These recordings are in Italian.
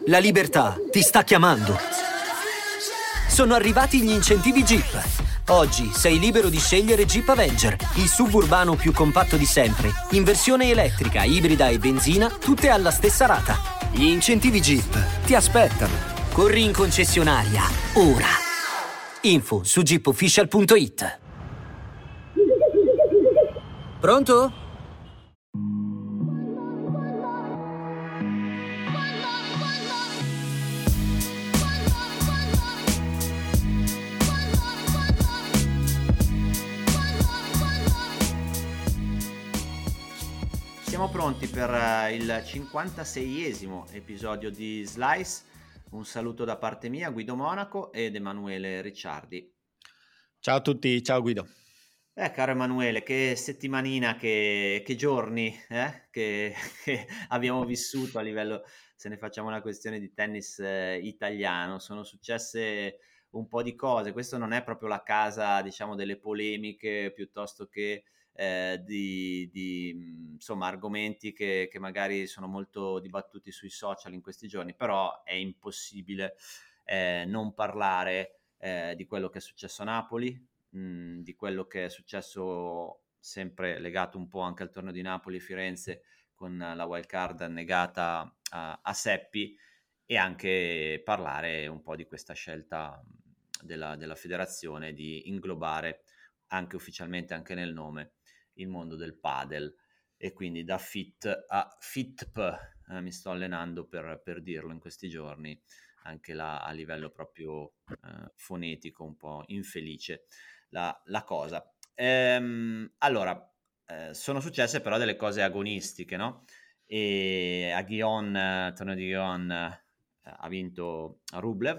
La libertà ti sta chiamando. Sono arrivati gli incentivi Jeep. Oggi sei libero di scegliere Jeep Avenger, il SUV urbano più compatto di sempre, in versione elettrica, ibrida e benzina, tutte alla stessa rata. Gli incentivi Jeep ti aspettano. Corri in concessionaria, ora. Info su jeepofficial.it. Pronto? Siamo pronti per il 56esimo episodio di Slice. Un saluto da parte mia, Guido Monaco ed Emanuele Ricciardi. Ciao a tutti, ciao Guido. Caro Emanuele, che settimanina, che giorni che abbiamo vissuto a livello, se ne facciamo una questione di tennis italiano. Sono successe un po' di cose. Questo non è proprio la casa, diciamo, delle polemiche, piuttosto che insomma, argomenti che magari sono molto dibattuti sui social in questi giorni, però è impossibile non parlare di quello che è successo a Napoli, di quello che è successo, sempre legato un po' anche al torneo di Napoli e Firenze, con la wild card negata a Seppi, e anche parlare un po' di questa scelta della federazione di inglobare anche ufficialmente, anche nel nome, il mondo del padel, e quindi da FIT a FITP. Mi sto allenando per dirlo in questi giorni, anche là a livello proprio fonetico, un po' infelice la cosa. Allora, sono successe però delle cose agonistiche, no? E a Ghion, torneo di Ghion, ha vinto Rublev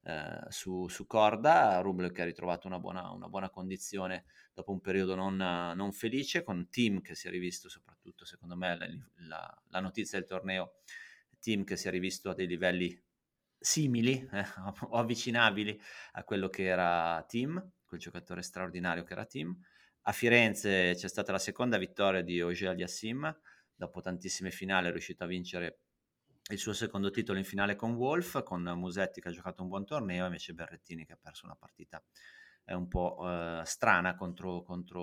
su corda. Rublev che ha ritrovato una buona condizione dopo un periodo non felice, con Thiem che si è rivisto, soprattutto secondo me la notizia del torneo, Thiem che si è rivisto a dei livelli simili o avvicinabili a quello che era Thiem, quel giocatore straordinario che era Thiem. A Firenze c'è stata la seconda vittoria di Auger-Aliassime, dopo tantissime finali è riuscito a vincere il suo secondo titolo in finale con Wolf, con Musetti che ha giocato un buon torneo, invece Berrettini che ha perso una partita un po' strana contro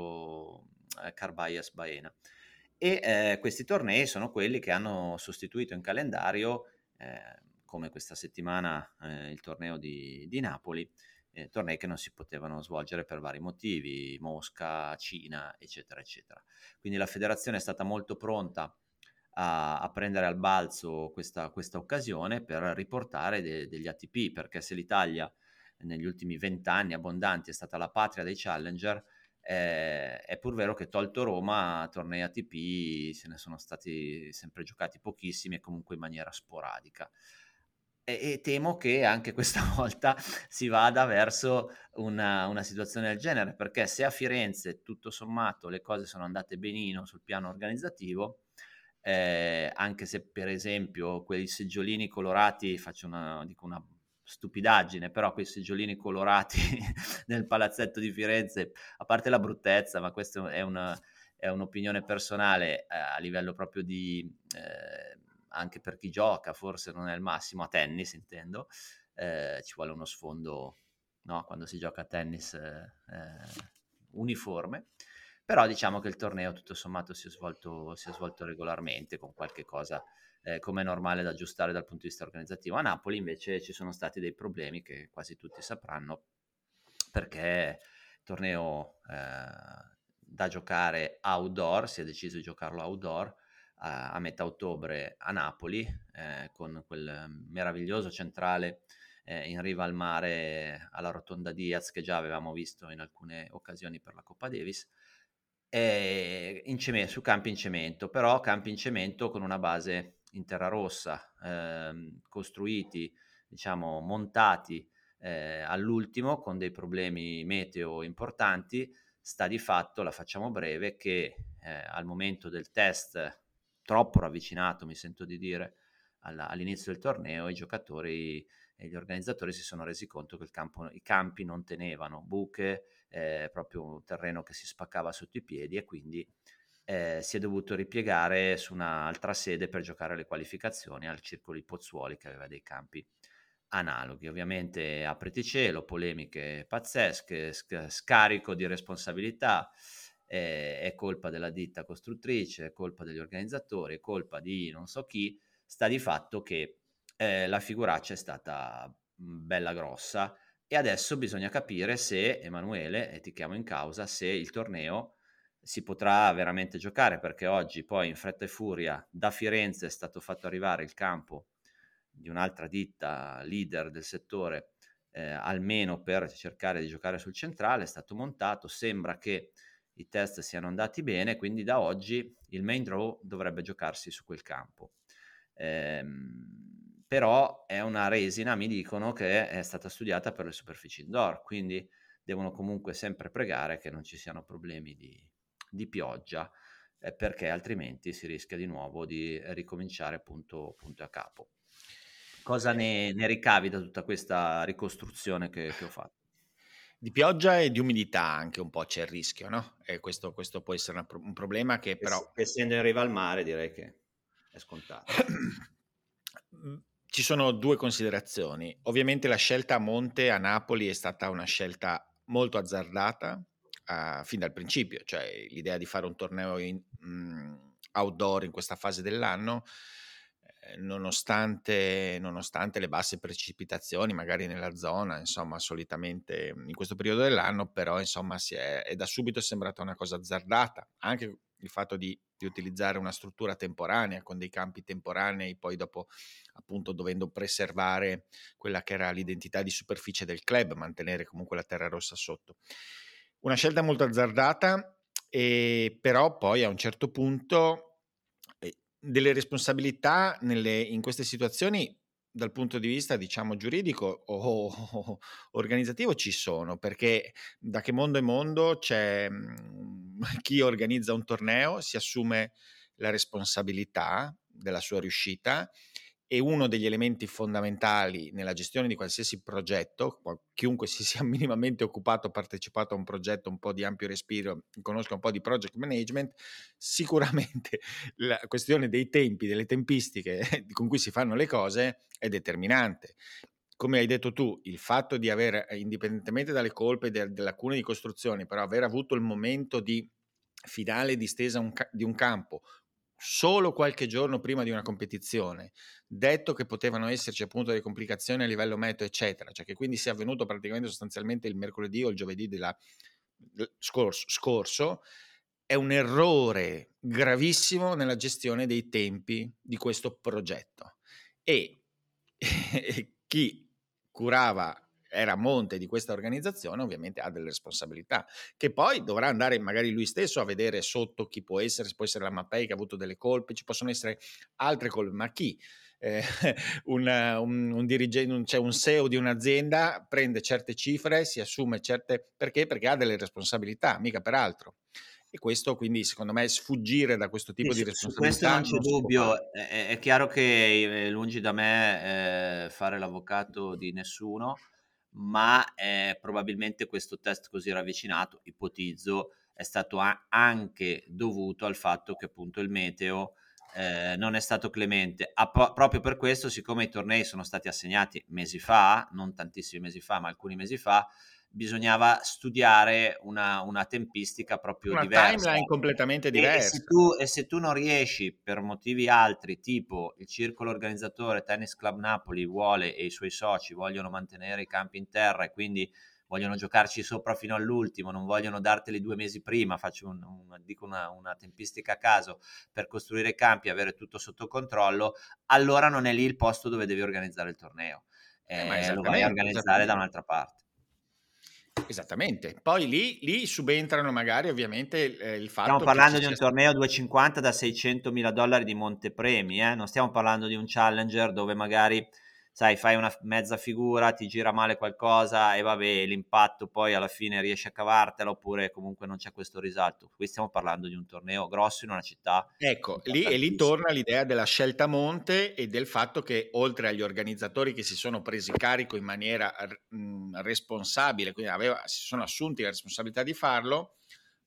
Carballes Baena. E questi tornei sono quelli che hanno sostituito in calendario, come questa settimana il torneo di Napoli, tornei che non si potevano svolgere per vari motivi, Mosca, Cina, eccetera, eccetera. Quindi la federazione è stata molto pronta a prendere al balzo questa occasione per riportare degli ATP, perché se l'Italia negli ultimi 20 anni abbondanti è stata la patria dei challenger, è pur vero che tolto Roma, tornei ATP se ne sono stati sempre giocati pochissimi e comunque in maniera sporadica. E temo che anche questa volta si vada verso una situazione del genere, perché se a Firenze tutto sommato le cose sono andate benino sul piano organizzativo, anche se per esempio quei seggiolini colorati, dico una stupidaggine, però quei seggiolini colorati nel palazzetto di Firenze, a parte la bruttezza, ma questa è un'opinione personale, a livello proprio di anche per chi gioca, forse non è il massimo, a tennis intendo, ci vuole uno sfondo, no? Quando si gioca a tennis uniforme, però diciamo che il torneo tutto sommato si è svolto regolarmente, con qualche cosa come è normale da aggiustare dal punto di vista organizzativo. A Napoli invece ci sono stati dei problemi che quasi tutti sapranno, perché il torneo da giocare outdoor, si è deciso di giocarlo outdoor a metà ottobre a Napoli, con quel meraviglioso centrale in riva al mare alla Rotonda Diaz che già avevamo visto in alcune occasioni per la Coppa Davis, su campi in cemento, però campi in cemento con una base in terra rossa, costruiti, diciamo, montati all'ultimo, con dei problemi meteo importanti. Sta di fatto, la facciamo breve, che al momento del test, troppo ravvicinato mi sento di dire, all'inizio del torneo, i giocatori e gli organizzatori si sono resi conto che i campi non tenevano, buche, proprio un terreno che si spaccava sotto i piedi, e quindi si è dovuto ripiegare su un'altra sede per giocare le qualificazioni al Circolo di Pozzuoli, che aveva dei campi analoghi. Ovviamente apriti cielo, polemiche pazzesche, scarico di responsabilità, è colpa della ditta costruttrice, è colpa degli organizzatori, è colpa di non so chi. Sta di fatto che la figuraccia è stata bella grossa, e adesso bisogna capire se, Emanuele, e ti chiamo in causa, se il torneo si potrà veramente giocare, perché oggi poi in fretta e furia da Firenze è stato fatto arrivare il campo di un'altra ditta leader del settore, almeno per cercare di giocare sul centrale. È stato montato, sembra che i test siano andati bene, quindi da oggi il main draw dovrebbe giocarsi su quel campo. Però è una resina, mi dicono, che è stata studiata per le superfici indoor, quindi devono comunque sempre pregare che non ci siano problemi di pioggia, perché altrimenti si rischia di nuovo di ricominciare punto a capo. Cosa ne ricavi da tutta questa ricostruzione che ho fatto? Di pioggia e di umidità anche un po' c'è il rischio, no? E questo può essere un problema che però... Essendo in riva al mare, direi che è scontato. Ci sono due considerazioni. Ovviamente la scelta a monte a Napoli è stata una scelta molto azzardata fin dal principio, cioè l'idea di fare un torneo outdoor in questa fase dell'anno, nonostante le basse precipitazioni magari nella zona, insomma, solitamente in questo periodo dell'anno, però insomma è da subito sembrata una cosa azzardata. Anche il fatto di utilizzare una struttura temporanea con dei campi temporanei, poi dopo appunto dovendo preservare quella che era l'identità di superficie del club, mantenere comunque la terra rossa sotto. Una scelta molto azzardata, però poi a un certo punto delle responsabilità in queste situazioni dal punto di vista, diciamo, giuridico o organizzativo ci sono, perché da che mondo è mondo c'è chi organizza un torneo si assume la responsabilità della sua riuscita, e uno degli elementi fondamentali nella gestione di qualsiasi progetto, chiunque si sia minimamente occupato o partecipato a un progetto un po' di ampio respiro, conosca un po' di project management, sicuramente la questione dei tempi, delle tempistiche con cui si fanno le cose è determinante. Come hai detto tu, il fatto di aver, indipendentemente dalle colpe delle lacune di costruzione, però aver avuto il momento di finale distesa di un campo solo qualche giorno prima di una competizione, detto che potevano esserci appunto delle complicazioni a livello meteo eccetera, cioè che quindi sia avvenuto praticamente sostanzialmente il mercoledì o il giovedì scorso, è un errore gravissimo nella gestione dei tempi di questo progetto, e chi curava era a monte di questa organizzazione ovviamente ha delle responsabilità, che poi dovrà andare magari lui stesso a vedere sotto chi può essere la Mapei che ha avuto delle colpe, ci possono essere altre colpe, ma chi? Un dirigente, cioè un CEO di un'azienda prende certe cifre, si assume certe... Perché ha delle responsabilità, mica per altro. E questo quindi secondo me sfuggire da questo tipo di responsabilità. Su questo non c'è dubbio, è chiaro che lungi da me fare l'avvocato di nessuno, ma probabilmente questo test così ravvicinato, ipotizzo, è stato anche dovuto al fatto che appunto il meteo non è stato clemente. Proprio per questo, siccome i tornei sono stati assegnati mesi fa, non tantissimi mesi fa, ma alcuni mesi fa, bisognava studiare una tempistica proprio diversa. Una timeline completamente diversa. E se tu non riesci per motivi altri, tipo il circolo organizzatore Tennis Club Napoli vuole e i suoi soci vogliono mantenere i campi in terra e quindi vogliono giocarci sopra fino all'ultimo, non vogliono darteli 2 mesi prima, faccio una tempistica a caso per costruire i campi e avere tutto sotto controllo, allora non è lì il posto dove devi organizzare il torneo, lo vai a organizzare da un'altra parte. Esattamente, poi lì subentrano magari ovviamente il fatto stiamo parlando di un torneo $250 da $600.000 di montepremi, non stiamo parlando di un challenger dove magari sai fai una mezza figura, ti gira male qualcosa e vabbè l'impatto poi alla fine riesci a cavartela, oppure comunque non c'è questo risalto. Qui stiamo parlando di un torneo grosso in una città, ecco, lì torna l'idea della scelta a monte e del fatto che oltre agli organizzatori che si sono presi carico in maniera responsabile, quindi si sono assunti la responsabilità di farlo,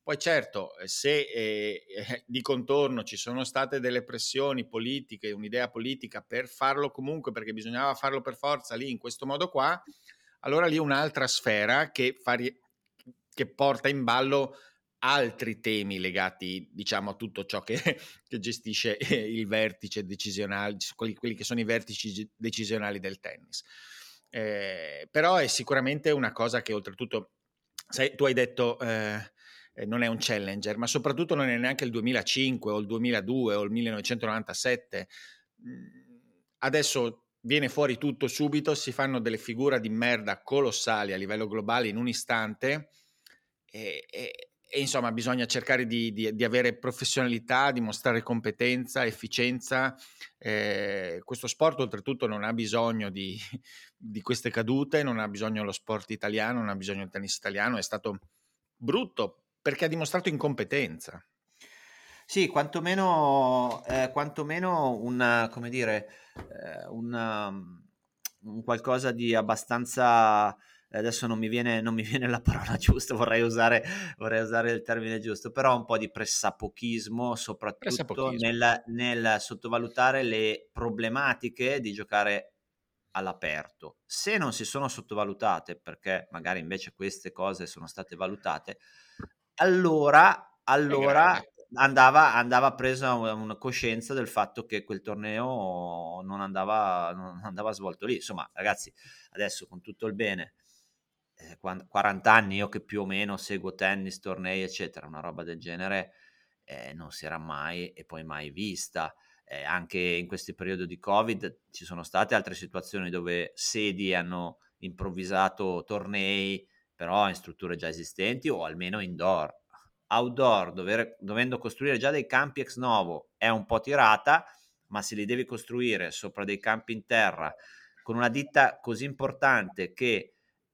Poi certo, se di contorno ci sono state delle pressioni politiche, un'idea politica per farlo comunque perché bisognava farlo per forza lì in questo modo qua, allora lì è un'altra sfera che porta in ballo altri temi legati, diciamo, a tutto ciò che gestisce il vertice decisionale, quelli che sono i vertici decisionali del tennis. Però è sicuramente una cosa che oltretutto, sai, tu hai detto non è un challenger, ma soprattutto non è neanche il 2005 o il 2002 o il 1997. Adesso viene fuori tutto subito, si fanno delle figure di merda colossali a livello globale in un istante e insomma bisogna cercare di avere professionalità, di mostrare competenza, efficienza. Questo sport oltretutto non ha bisogno di queste cadute, non ha bisogno lo sport italiano, non ha bisogno il tennis italiano, è stato brutto perché ha dimostrato incompetenza. Sì, quantomeno un, come dire, un qualcosa di abbastanza, adesso non mi viene la parola giusta, vorrei usare il termine giusto, però un po' di pressapochismo, soprattutto nel sottovalutare le problematiche di giocare all'aperto. Se non si sono sottovalutate, perché magari invece queste cose sono state valutate, allora andava presa una coscienza del fatto che quel torneo non andava svolto lì. Insomma, ragazzi, adesso con tutto il bene, 40 anni, io che più o meno seguo tennis, tornei, eccetera, una roba del genere non si era mai e poi mai vista. Anche in questi periodi di Covid ci sono state altre situazioni dove sedi hanno improvvisato tornei, però in strutture già esistenti o almeno indoor. Outdoor, dovendo costruire già dei campi ex novo, è un po' tirata, ma se li devi costruire sopra dei campi in terra con una ditta così importante che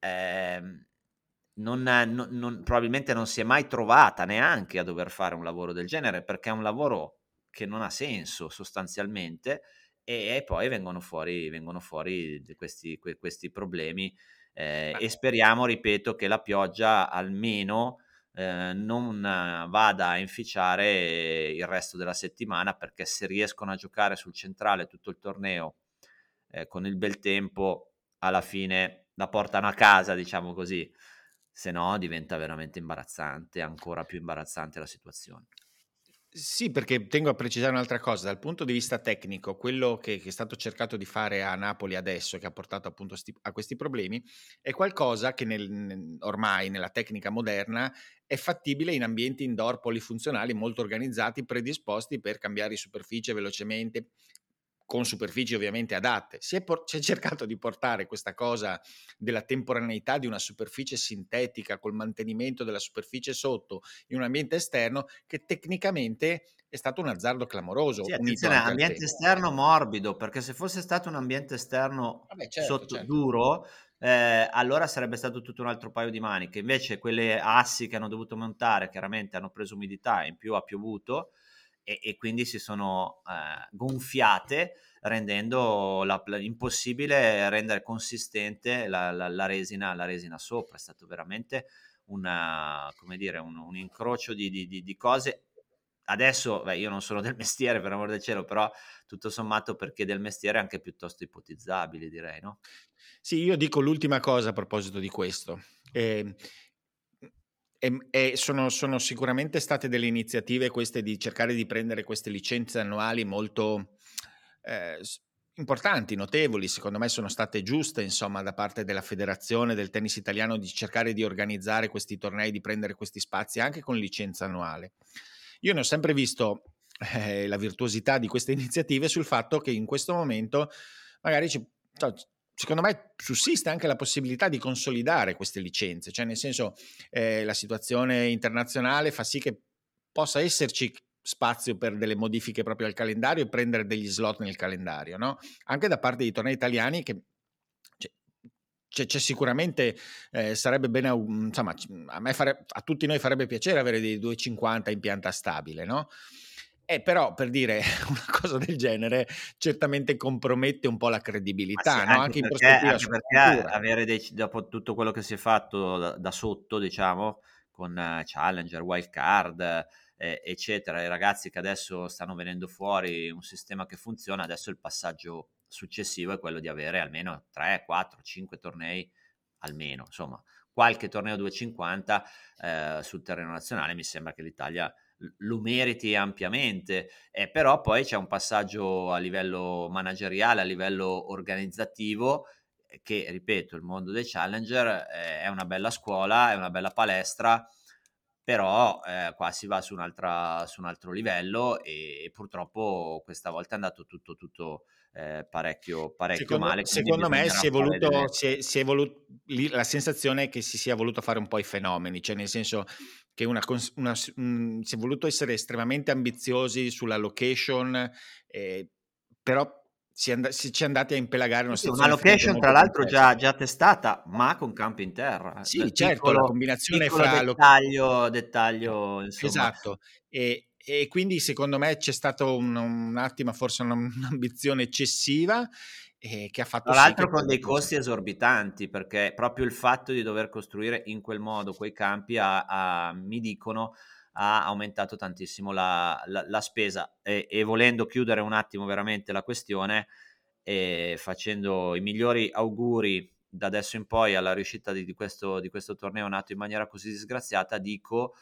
probabilmente non si è mai trovata neanche a dover fare un lavoro del genere, perché è un lavoro che non ha senso sostanzialmente, e poi vengono fuori questi problemi, e speriamo, ripeto, che la pioggia almeno non vada a inficiare il resto della settimana, perché se riescono a giocare sul centrale tutto il torneo con il bel tempo, alla fine la portano a casa, diciamo così, se no diventa veramente imbarazzante, ancora più imbarazzante la situazione. Sì, perché tengo a precisare un'altra cosa, dal punto di vista tecnico, quello che è stato cercato di fare a Napoli adesso, che ha portato appunto a questi problemi, è qualcosa che ormai nella tecnica moderna è fattibile in ambienti indoor polifunzionali molto organizzati, predisposti per cambiare superficie velocemente, con superfici ovviamente adatte. Si è cercato di portare questa cosa della temporaneità di una superficie sintetica col mantenimento della superficie sotto in un ambiente esterno che tecnicamente è stato un azzardo clamoroso. Sì, Unito attenzione, anche al ambiente tempo. esterno morbido, perché se fosse stato un ambiente esterno Vabbè, certo. duro, allora sarebbe stato tutto un altro paio di maniche. Invece quelle assi che hanno dovuto montare chiaramente hanno preso umidità, in più ha piovuto e quindi si sono gonfiate, rendendo impossibile rendere consistente la resina sopra. È stato veramente come dire, un incrocio di cose. Adesso io non sono del mestiere, per amor del cielo, però tutto sommato, perché del mestiere, anche piuttosto ipotizzabili, direi, no? Sì, io dico l'ultima cosa a proposito di questo. Sono sicuramente state delle iniziative queste di cercare di prendere queste licenze annuali molto importanti, notevoli, secondo me sono state giuste, insomma, da parte della federazione del tennis italiano di cercare di organizzare questi tornei, di prendere questi spazi anche con licenza annuale. Io ne ho sempre visto la virtuosità di queste iniziative sul fatto che in questo momento magari secondo me sussiste anche la possibilità di consolidare queste licenze, cioè nel senso la situazione internazionale fa sì che possa esserci spazio per delle modifiche proprio al calendario e prendere degli slot nel calendario, no? Anche da parte dei tornei italiani che c'è sicuramente sarebbe bene, insomma, a tutti noi farebbe piacere avere dei 250 in pianta stabile, no? Però per dire una cosa del genere certamente compromette un po' la credibilità, sì, no? Anche in prospettiva anche perché avere dopo tutto quello che si è fatto da sotto, diciamo, Challenger, Wildcard, eccetera, i ragazzi che adesso stanno venendo fuori, un sistema che funziona. Adesso il passaggio successivo è quello di avere almeno 3, 4, 5 tornei, almeno, insomma, qualche torneo 250 sul terreno nazionale. Mi sembra che l'Italia lo meriti ampiamente, però poi c'è un passaggio a livello manageriale, a livello organizzativo, che, ripeto, il mondo dei challenger è una bella scuola, è una bella palestra, però qua si va su un altro livello, e purtroppo questa volta è andato tutto parecchio male. Secondo me si è voluto la sensazione è che si sia voluto fare un po' i fenomeni, cioè nel senso che si è voluto essere estremamente ambiziosi sulla location, però si è andati a impelagare una Una situazione location tra molto l'altro complessa. già testata, ma con campi in terra. Sì, certo, la combinazione Piccolo fra dettaglio, insomma. esatto, e quindi secondo me c'è stato un attimo forse un'ambizione eccessiva, che ha fatto Tra sì che l'altro con poi dei dopo costi esorbitanti, perché proprio il fatto di dover costruire in quel modo quei campi mi dicono, ha aumentato tantissimo la spesa, e volendo chiudere un attimo veramente la questione, e facendo i migliori auguri da adesso in poi alla riuscita di questo torneo nato in maniera così disgraziata, dico,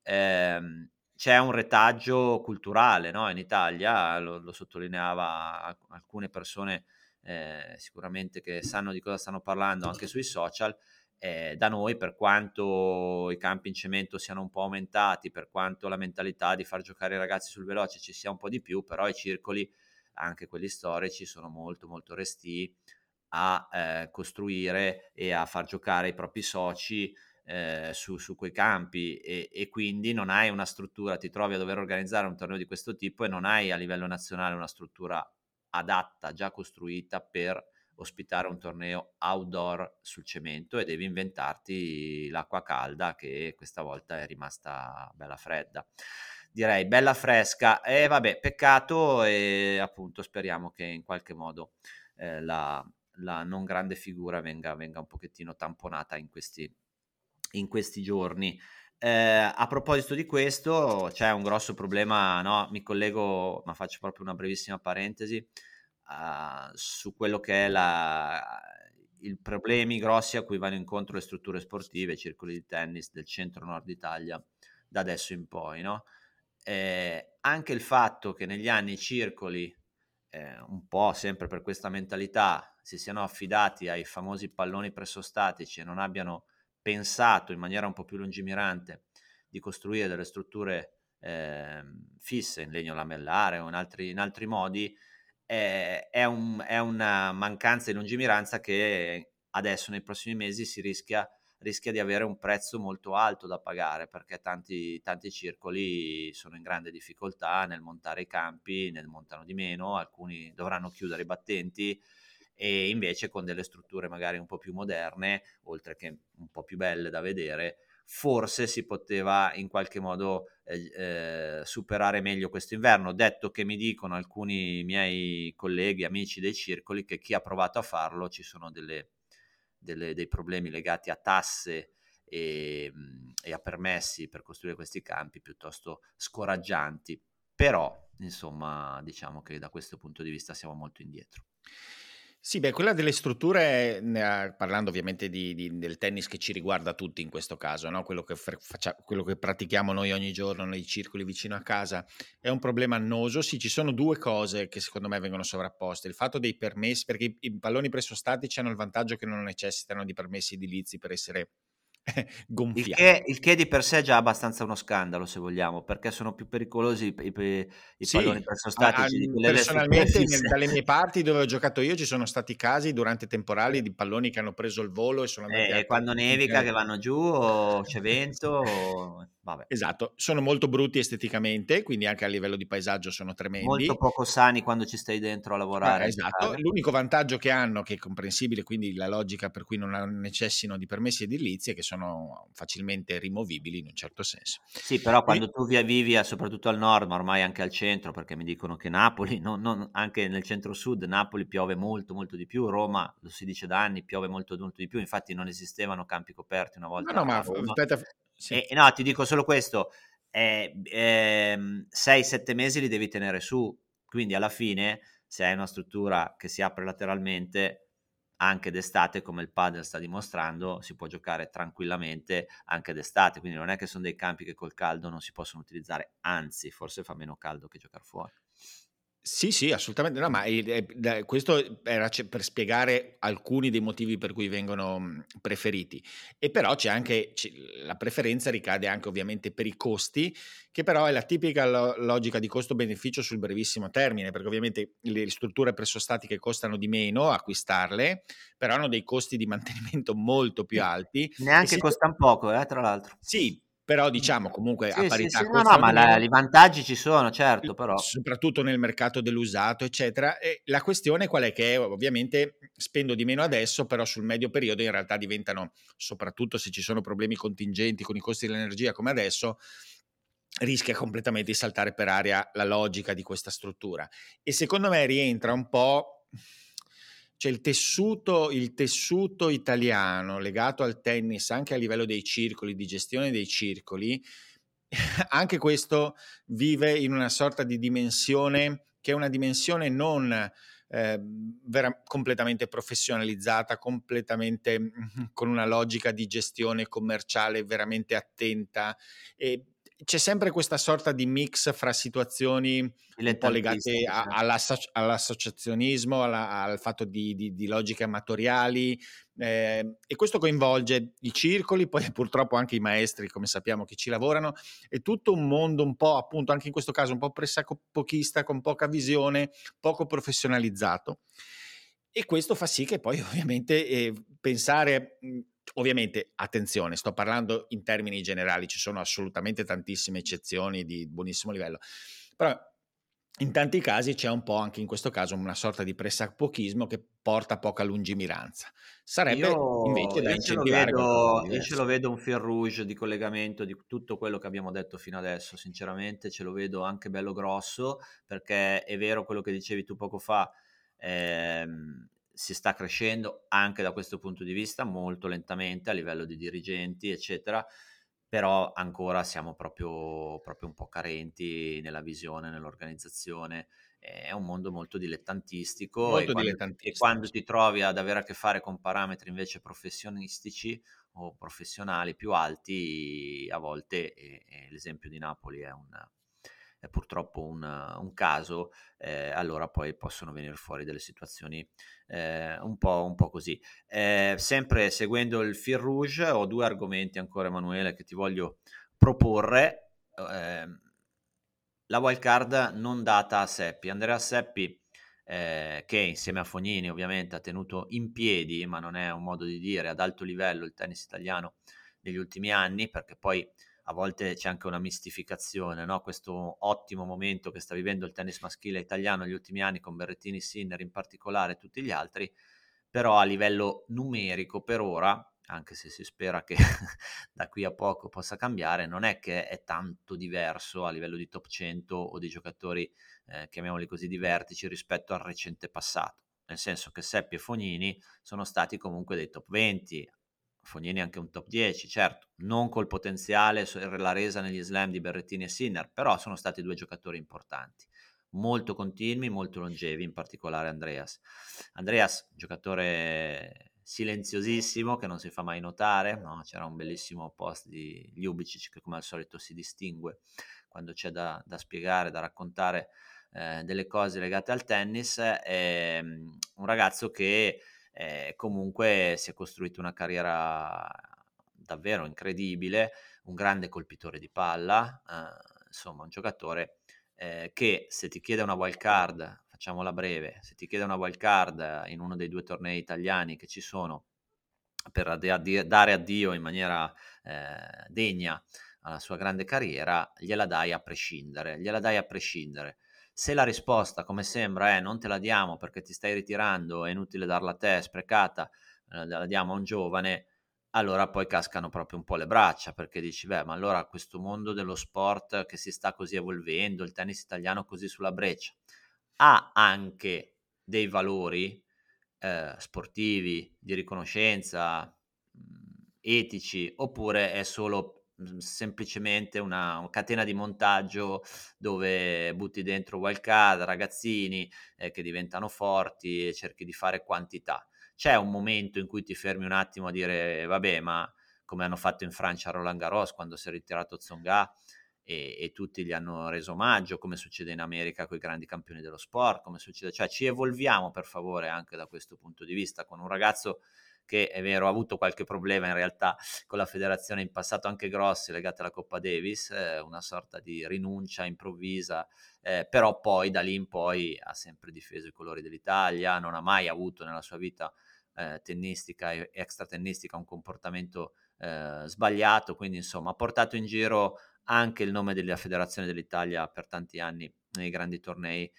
c'è un retaggio culturale, no, in Italia, lo sottolineava alcune persone sicuramente che sanno di cosa stanno parlando anche sui social. Da noi, per quanto i campi in cemento siano un po' aumentati, per quanto la mentalità di far giocare i ragazzi sul veloce ci sia un po' di più, però i circoli, anche quelli storici, sono molto molto restii a costruire e a far giocare i propri soci su quei campi, e quindi non hai una struttura, ti trovi a dover organizzare un torneo di questo tipo e non hai a livello nazionale una struttura adatta, già costruita per ospitare un torneo outdoor sul cemento, e devi inventarti l'acqua calda, che questa volta è rimasta bella fredda. Direi bella fresca, e vabbè, peccato, e appunto speriamo che in qualche modo la non grande figura venga un pochettino tamponata in questi giorni. A proposito di questo, c'è un grosso problema, no? Mi collego, ma faccio proprio una brevissima parentesi, su quello che è i problemi grossi a cui vanno incontro le strutture sportive, i circoli di tennis del centro-nord Italia da adesso in poi, no? Anche il fatto che negli anni i circoli, un po' sempre per questa mentalità, si siano affidati ai famosi palloni pressostatici e non abbiano pensato in maniera un po' più lungimirante di costruire delle strutture fisse in legno lamellare o in altri modi, è una mancanza di lungimiranza che adesso nei prossimi mesi si rischia di avere un prezzo molto alto da pagare, perché tanti circoli sono in grande difficoltà nel montare i campi, ne montano di meno, alcuni dovranno chiudere i battenti, e invece con delle strutture magari un po' più moderne, oltre che un po' più belle da vedere, forse si poteva in qualche modo superare meglio questo inverno, detto che mi dicono alcuni miei colleghi, amici dei circoli, che chi ha provato a farlo ci sono dei problemi legati a tasse e a permessi per costruire questi campi piuttosto scoraggianti, però insomma diciamo che da questo punto di vista siamo molto indietro. Sì, beh, quella delle strutture, parlando ovviamente del tennis che ci riguarda tutti in questo caso, no? Quello che pratichiamo noi ogni giorno nei circoli vicino a casa, è un problema annoso. Sì, ci sono due cose che secondo me vengono sovrapposte. Il fatto dei permessi, perché i palloni pressostatici hanno il vantaggio che non necessitano di permessi edilizi per essere gonfiati. Il che di per sé è già abbastanza uno scandalo, se vogliamo, perché sono più pericolosi i palloni Sì, pressostatici di quelle delle strutture personalmente fisse. dalle mie parti dove ho giocato io ci sono stati casi durante temporali di palloni che hanno preso il volo e sono andati a Quando nevica, che vanno giù o c'è vento, vabbè. Esatto, sono molto brutti esteticamente, quindi anche a livello di paesaggio sono Molto tremendi. poco sani quando ci stai dentro a lavorare, a Esatto, giocare. l'unico vantaggio che hanno, che è comprensibile, quindi la logica per cui non necessitano di permessi edilizi, è che sono facilmente rimovibili in un certo senso. Sì, però Quindi, quando tu vivi soprattutto al nord, ma ormai anche al centro, perché mi dicono che Napoli, anche nel centro-sud, Napoli piove molto molto di più, Roma, lo si dice da anni, piove molto molto di più, infatti non esistevano campi coperti una volta no, ma a Roma. aspetta, Sì. E no, ti dico solo questo, 6-7 mesi li devi tenere su, quindi alla fine se hai una struttura che si apre lateralmente anche d'estate, come il padel sta dimostrando, si può giocare tranquillamente anche d'estate, quindi non è che sono dei campi che col caldo non si possono utilizzare, anzi forse fa meno caldo che giocare fuori. Sì, sì, assolutamente. No, ma questo era per spiegare alcuni dei motivi per cui vengono preferiti. E però c'è anche la preferenza ricade anche ovviamente per i costi, che però è la tipica logica di costo-beneficio sul brevissimo termine, perché ovviamente le strutture pressostatiche costano di meno acquistarle, però hanno dei costi di mantenimento molto più alti. E Neanche costan poco, tra l'altro. sì, però diciamo comunque a Sì, sì, sì, parità no, no, costano ma di meno. i vantaggi ci sono, certo, però. Soprattutto nel mercato dell'usato, eccetera. E la questione qual è? Che ovviamente spendo di meno adesso, però sul medio periodo in realtà diventano, soprattutto se ci sono problemi contingenti con i costi dell'energia come adesso, rischia completamente di saltare per aria la logica di questa struttura. E secondo me rientra un po', cioè il tessuto italiano legato al tennis, anche a livello dei circoli, di gestione dei circoli, anche questo vive in una sorta di dimensione che è una dimensione non completamente professionalizzata, completamente con una logica di gestione commerciale veramente attenta. E c'è sempre questa sorta di mix fra situazioni un po' legate Dilettantistiche, certo. all'associazionismo, al fatto di logiche amatoriali, e questo coinvolge i circoli, poi purtroppo anche i maestri, come sappiamo, che ci lavorano. È tutto un mondo un po', appunto, anche in questo caso un po' pressapochista, con poca visione, poco professionalizzato. E questo fa sì che poi ovviamente pensare, ovviamente attenzione, sto parlando in termini generali, ci sono assolutamente tantissime eccezioni di buonissimo livello, però in tanti casi c'è un po' anche in questo caso una sorta di pressapochismo che porta poca lungimiranza. Sarebbe invece da Io ce lo incentivare qualcosa di vedo, io ce lo diverso. vedo un fil rouge di collegamento di tutto quello che abbiamo detto fino adesso, sinceramente ce lo vedo anche bello grosso, perché è vero quello che dicevi tu poco fa, si sta crescendo anche da questo punto di vista molto lentamente a livello di dirigenti, eccetera, però ancora siamo proprio un po' carenti nella visione, nell'organizzazione. È un mondo molto dilettantistico e Molto quando dilettantistico. ti trovi ad avere a che fare con parametri invece professionistici o professionali più alti, a volte, e l'esempio di Napoli è purtroppo un caso, allora poi possono venire fuori delle situazioni un po' così. Sempre seguendo il fil rouge, ho due argomenti ancora, Emanuele, che ti voglio proporre. La wild card non data a Seppi. Andrea Seppi, che insieme a Fognini ovviamente ha tenuto in piedi, ma non è un modo di dire, ad alto livello il tennis italiano negli ultimi anni, perché poi a volte c'è anche una mistificazione, no? Questo ottimo momento che sta vivendo il tennis maschile italiano negli ultimi anni con Berrettini, Sinner in particolare e tutti gli altri, però a livello numerico per ora, anche se si spera che da qui a poco possa cambiare, non è che è tanto diverso a livello di top 100 o di giocatori, chiamiamoli così, di vertici rispetto al recente passato. Nel senso che Seppi e Fognini sono stati comunque dei top 20, Fognini anche un top 10, certo, non col potenziale, la resa negli slam di Berrettini e Sinner, però sono stati due giocatori importanti, molto continui, molto longevi, in particolare Andreas. Andreas, giocatore silenziosissimo che non si fa mai notare, no? C'era un bellissimo post di Ljubicic che come al solito si distingue quando c'è da spiegare, da raccontare delle cose legate al tennis, un ragazzo che comunque si è costruito una carriera davvero incredibile, un grande colpitore di palla, insomma un giocatore che se ti chiede una wild card, facciamola breve, se ti chiede una wild card in uno dei due tornei italiani che ci sono per dare addio in maniera degna alla sua grande carriera, gliela dai a prescindere, gliela dai a prescindere. Se la risposta, come sembra, è non te la diamo perché ti stai ritirando, è inutile darla a te, è sprecata, la diamo a un giovane, allora poi cascano proprio un po' le braccia, perché dici, beh, ma allora questo mondo dello sport che si sta così evolvendo, il tennis italiano così sulla breccia, ha anche dei valori sportivi, di riconoscenza, etici, oppure è solo semplicemente una catena di montaggio dove butti dentro wild card, ragazzini che diventano forti e cerchi di fare quantità. C'è un momento in cui ti fermi un attimo a dire vabbè, ma come hanno fatto in Francia a Roland Garros quando si è ritirato Tsonga e tutti gli hanno reso omaggio, come succede in America con i grandi campioni dello sport, come succede, cioè ci evolviamo per favore anche da questo punto di vista, con un ragazzo che è vero ha avuto qualche problema in realtà con la federazione in passato, anche grossi legati alla Coppa Davis, una sorta di rinuncia improvvisa, però poi da lì in poi ha sempre difeso i colori dell'Italia, non ha mai avuto nella sua vita tennistica e extra tennistica un comportamento sbagliato, quindi insomma ha portato in giro anche il nome della federazione dell'Italia per tanti anni nei grandi tornei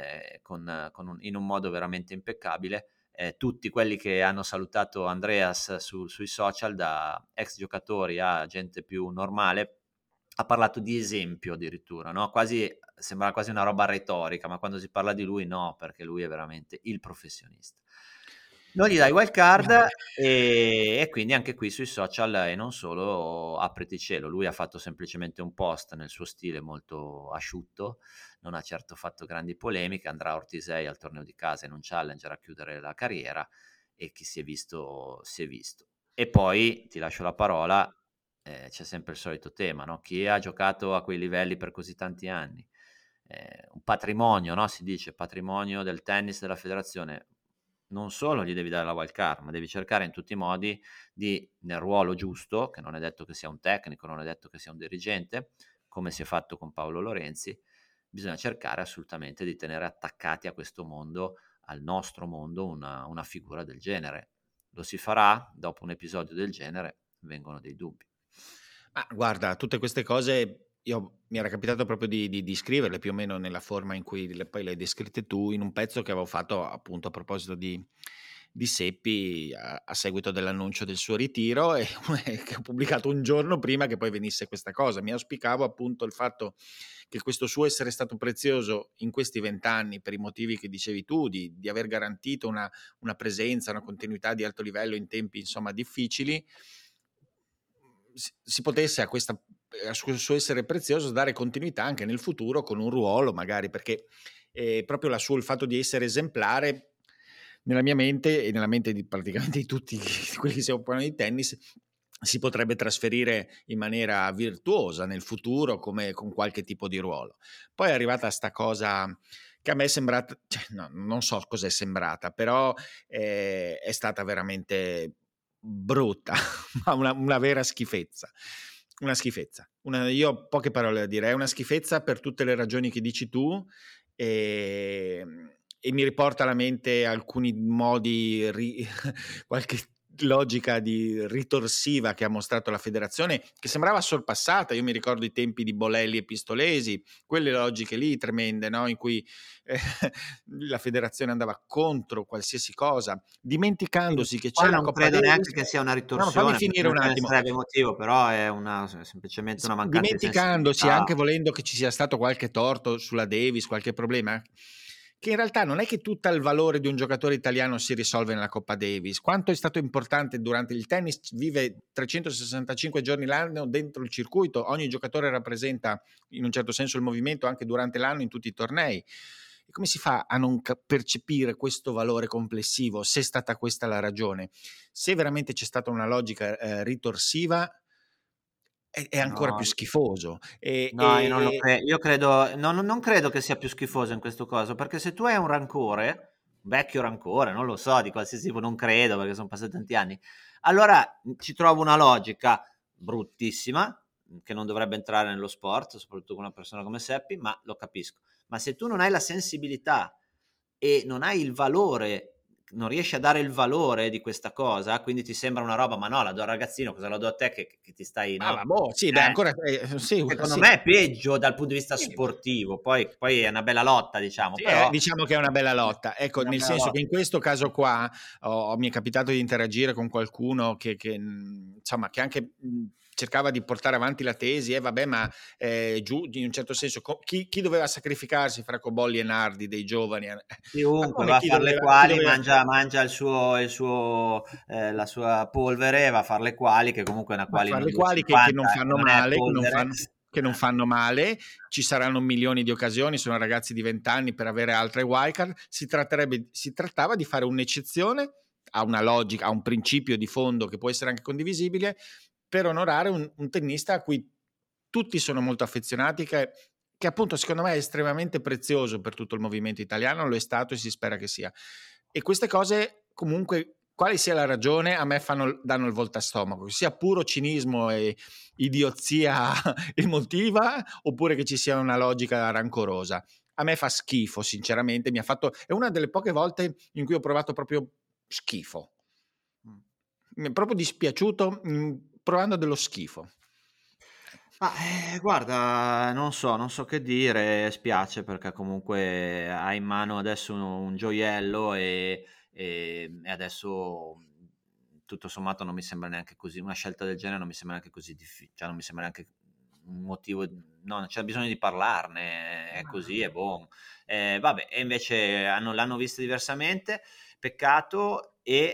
in un modo veramente impeccabile. Tutti quelli che hanno salutato Andreas sui social, da ex giocatori a gente più normale, ha parlato di esempio addirittura, no? Sembra quasi una roba retorica, ma quando si parla di lui no, perché lui è veramente il professionista. Non gli dai wild card e quindi anche qui sui social e non solo apriti cielo. Lui ha fatto semplicemente un post nel suo stile molto asciutto, non ha certo fatto grandi polemiche, andrà a Ortisei al torneo di casa in un challenger a chiudere la carriera e chi si è visto si è visto. E poi ti lascio la parola, c'è sempre il solito tema, no? Chi ha giocato a quei livelli per così tanti anni? Un patrimonio, no? Si dice patrimonio del tennis della federazione. Non solo gli devi dare la wild card, ma devi cercare in tutti i modi nel ruolo giusto, che non è detto che sia un tecnico, non è detto che sia un dirigente, come si è fatto con Paolo Lorenzi, bisogna cercare assolutamente di tenere attaccati a questo mondo, al nostro mondo, una figura del genere. Lo si farà? Dopo un episodio del genere vengono dei dubbi. Ma guarda, tutte queste cose mi era capitato proprio di scriverle più o meno nella forma in cui poi le hai descritte tu, in un pezzo che avevo fatto appunto a proposito di Seppi a seguito dell'annuncio del suo ritiro e che ho pubblicato un giorno prima che poi venisse questa cosa. Mi auspicavo appunto il fatto che questo suo essere stato prezioso in questi 20 anni per i motivi che dicevi tu, di aver garantito una presenza, una continuità di alto livello in tempi insomma difficili, si potesse a suo essere prezioso dare continuità anche nel futuro con un ruolo magari, perché proprio il fatto di essere esemplare nella mia mente e nella mente di praticamente di tutti quelli che si occupano di tennis si potrebbe trasferire in maniera virtuosa nel futuro come con qualche tipo di ruolo. Poi è arrivata sta cosa che a me è sembrata, cioè, no, non so cos'è sembrata, però è stata veramente brutta, ma una vera schifezza. Una schifezza. Io ho poche parole da dire, è una schifezza per tutte le ragioni che dici tu e mi riporta alla mente alcuni modi, qualche logica ritorsiva che ha mostrato la federazione, che sembrava sorpassata. Io mi ricordo i tempi di Bolelli e Pistolesi, quelle logiche lì tremende, no? In cui la federazione andava contro qualsiasi cosa, dimenticandosi che c'è la Coppa Davis. Non credo neanche che sia una ritorsione, fammi finire un attimo. Sarebbe motivo, però è semplicemente una mancanza di sensibilità. Dimenticandosi, anche volendo che ci sia stato qualche torto sulla Davis, qualche problema, che in realtà non è che tutto il valore di un giocatore italiano si risolve nella Coppa Davis. Quanto è stato importante durante il tennis, vive 365 giorni l'anno dentro il circuito, ogni giocatore rappresenta in un certo senso il movimento anche durante l'anno in tutti i tornei. E come si fa a non percepire questo valore complessivo, se è stata questa la ragione? Se veramente c'è stata una logica ritorsiva, è ancora più schifoso. Io credo, non credo che sia più schifoso in questo caso, perché se tu hai un rancore, vecchio rancore, non lo so, di qualsiasi tipo, non credo perché sono passati tanti anni, allora ci trovo una logica bruttissima che non dovrebbe entrare nello sport, soprattutto con una persona come Seppi, ma lo capisco. Ma se tu non hai la sensibilità e non hai il valore, non riesci a dare il valore di questa cosa, quindi ti sembra una roba, ma no, la do al ragazzino, cosa la do a te che ti stai, no? Sì, beh, ancora secondo me è peggio dal punto di vista sportivo, poi è una bella lotta, diciamo. Sì, però diciamo che è una bella lotta, ecco, nel senso che in questo caso qua mi è capitato di interagire con qualcuno che insomma, che anche cercava di portare avanti la tesi, vabbè, ma giù in un certo senso chi doveva sacrificarsi fra Cobolli e Nardi dei giovani? Ma Chiunque come va a fare le chi quali, doveva mangia la sua polvere, va a fare le quali, che comunque è una ma quali fare non le quali che non 250, che fanno non è male, polvere. che non fanno male, ci saranno milioni di occasioni, sono ragazzi di 20 anni per avere altre wildcard, si trattava di fare un'eccezione a una logica, a un principio di fondo che può essere anche condivisibile, per onorare un tennista a cui tutti sono molto affezionati, che appunto secondo me è estremamente prezioso per tutto il movimento italiano, lo è stato e si spera che sia. E queste cose comunque, quale sia la ragione, a me danno il volta a stomaco, sia puro cinismo e idiozia emotiva, oppure che ci sia una logica rancorosa. A me fa schifo, sinceramente, è una delle poche volte in cui ho provato proprio schifo. Mi è proprio dispiaciuto, provando dello schifo. Ma guarda, non so che dire, spiace perché comunque hai in mano adesso un gioiello e adesso tutto sommato non mi sembra neanche così, una scelta del genere non mi sembra neanche così difficile, cioè non mi sembra neanche un motivo, no, non c'è bisogno di parlarne, è così, è buon. Vabbè, e invece l'hanno vista diversamente, peccato, e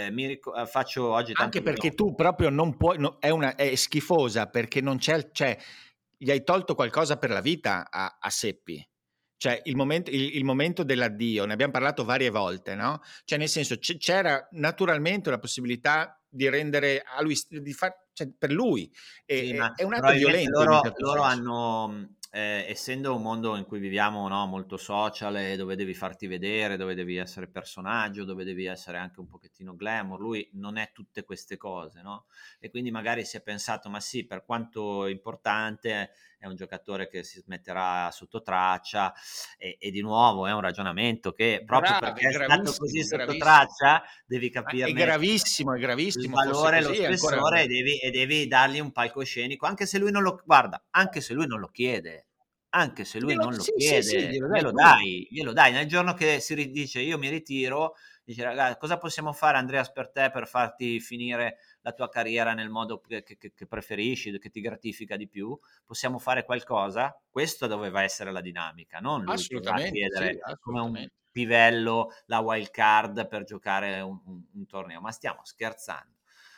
faccio oggi Anche tanto perché tu proprio non puoi, è schifosa perché non c'è, gli hai tolto qualcosa per la vita a Seppi. Cioè il momento dell'addio, ne abbiamo parlato varie volte, no? Cioè nel senso c'era naturalmente la possibilità di rendere a lui, cioè, per lui, Sì, ma è un atto probabilmente violento in un certo loro senso. hanno, essendo un mondo in cui viviamo, no, molto social e dove devi farti vedere, dove devi essere personaggio, dove devi essere anche un pochettino glamour, lui non è tutte queste cose, no? E quindi magari si è pensato, ma sì, per quanto importante, è un giocatore che si metterà sotto traccia e di nuovo è un ragionamento che proprio Grave, perché è stato così gravissimo, sotto gravissimo. traccia, devi Ma è capirne il gravissimo, fosse valore, lo così ancora. spessore e devi dargli un palcoscenico, anche se lui non lo guarda, anche se lui non lo chiede, anche se lui non lo Sì, sì, sì, chiede, glielo dai tu. glielo dai. Nel giorno che dice io mi ritiro, dice ragazzi, cosa possiamo fare Andreas per te per farti finire la tua carriera nel modo che preferisci, che ti gratifica di più? Possiamo fare qualcosa? Questo doveva essere la dinamica, non lui che va a Assolutamente, sì, chiedere come un assolutamente. pivello la wild card per giocare un torneo, ma stiamo scherzando.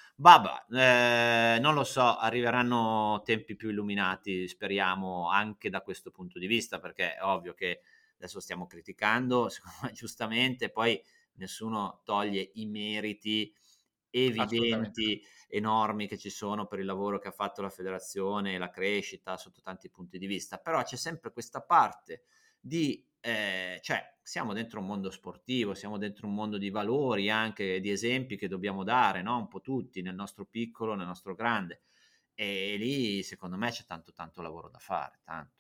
Vabbè, non lo so, arriveranno tempi più illuminati, speriamo, anche da questo punto di vista, perché è ovvio che adesso stiamo criticando, secondo me giustamente, poi nessuno toglie i meriti Assolutamente no. evidenti, enormi che ci sono per il lavoro che ha fatto la federazione e la crescita sotto tanti punti di vista, però c'è sempre questa parte di cioè siamo dentro un mondo sportivo, siamo dentro un mondo di valori, anche di esempi che dobbiamo dare, no? Un po' tutti, nel nostro piccolo, nel nostro grande. E lì secondo me c'è tanto tanto lavoro da fare, tanto.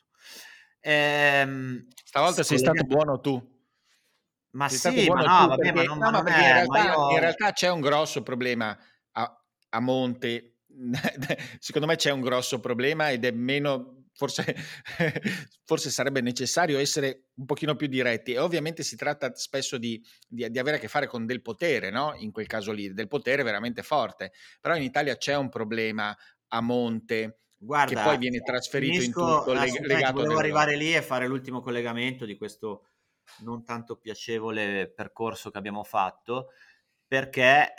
Stavolta sei stato buono tu. Ma Sei stato sì, ma buono no, tu vabbè, perché no, ma ma non perché è, ma in io realtà c'è un grosso problema a monte. Secondo me c'è un grosso problema ed è meno, forse, forse sarebbe necessario essere un pochino più diretti. E ovviamente si tratta spesso di avere a che fare con del potere, no? In quel caso lì, del potere veramente forte. Però in Italia c'è un problema a monte che poi guarda, viene trasferito in finisco tutto, assolutamente, legato a volevo delle arrivare logiche. lì e fare l'ultimo collegamento di questo non tanto piacevole percorso che abbiamo fatto, perché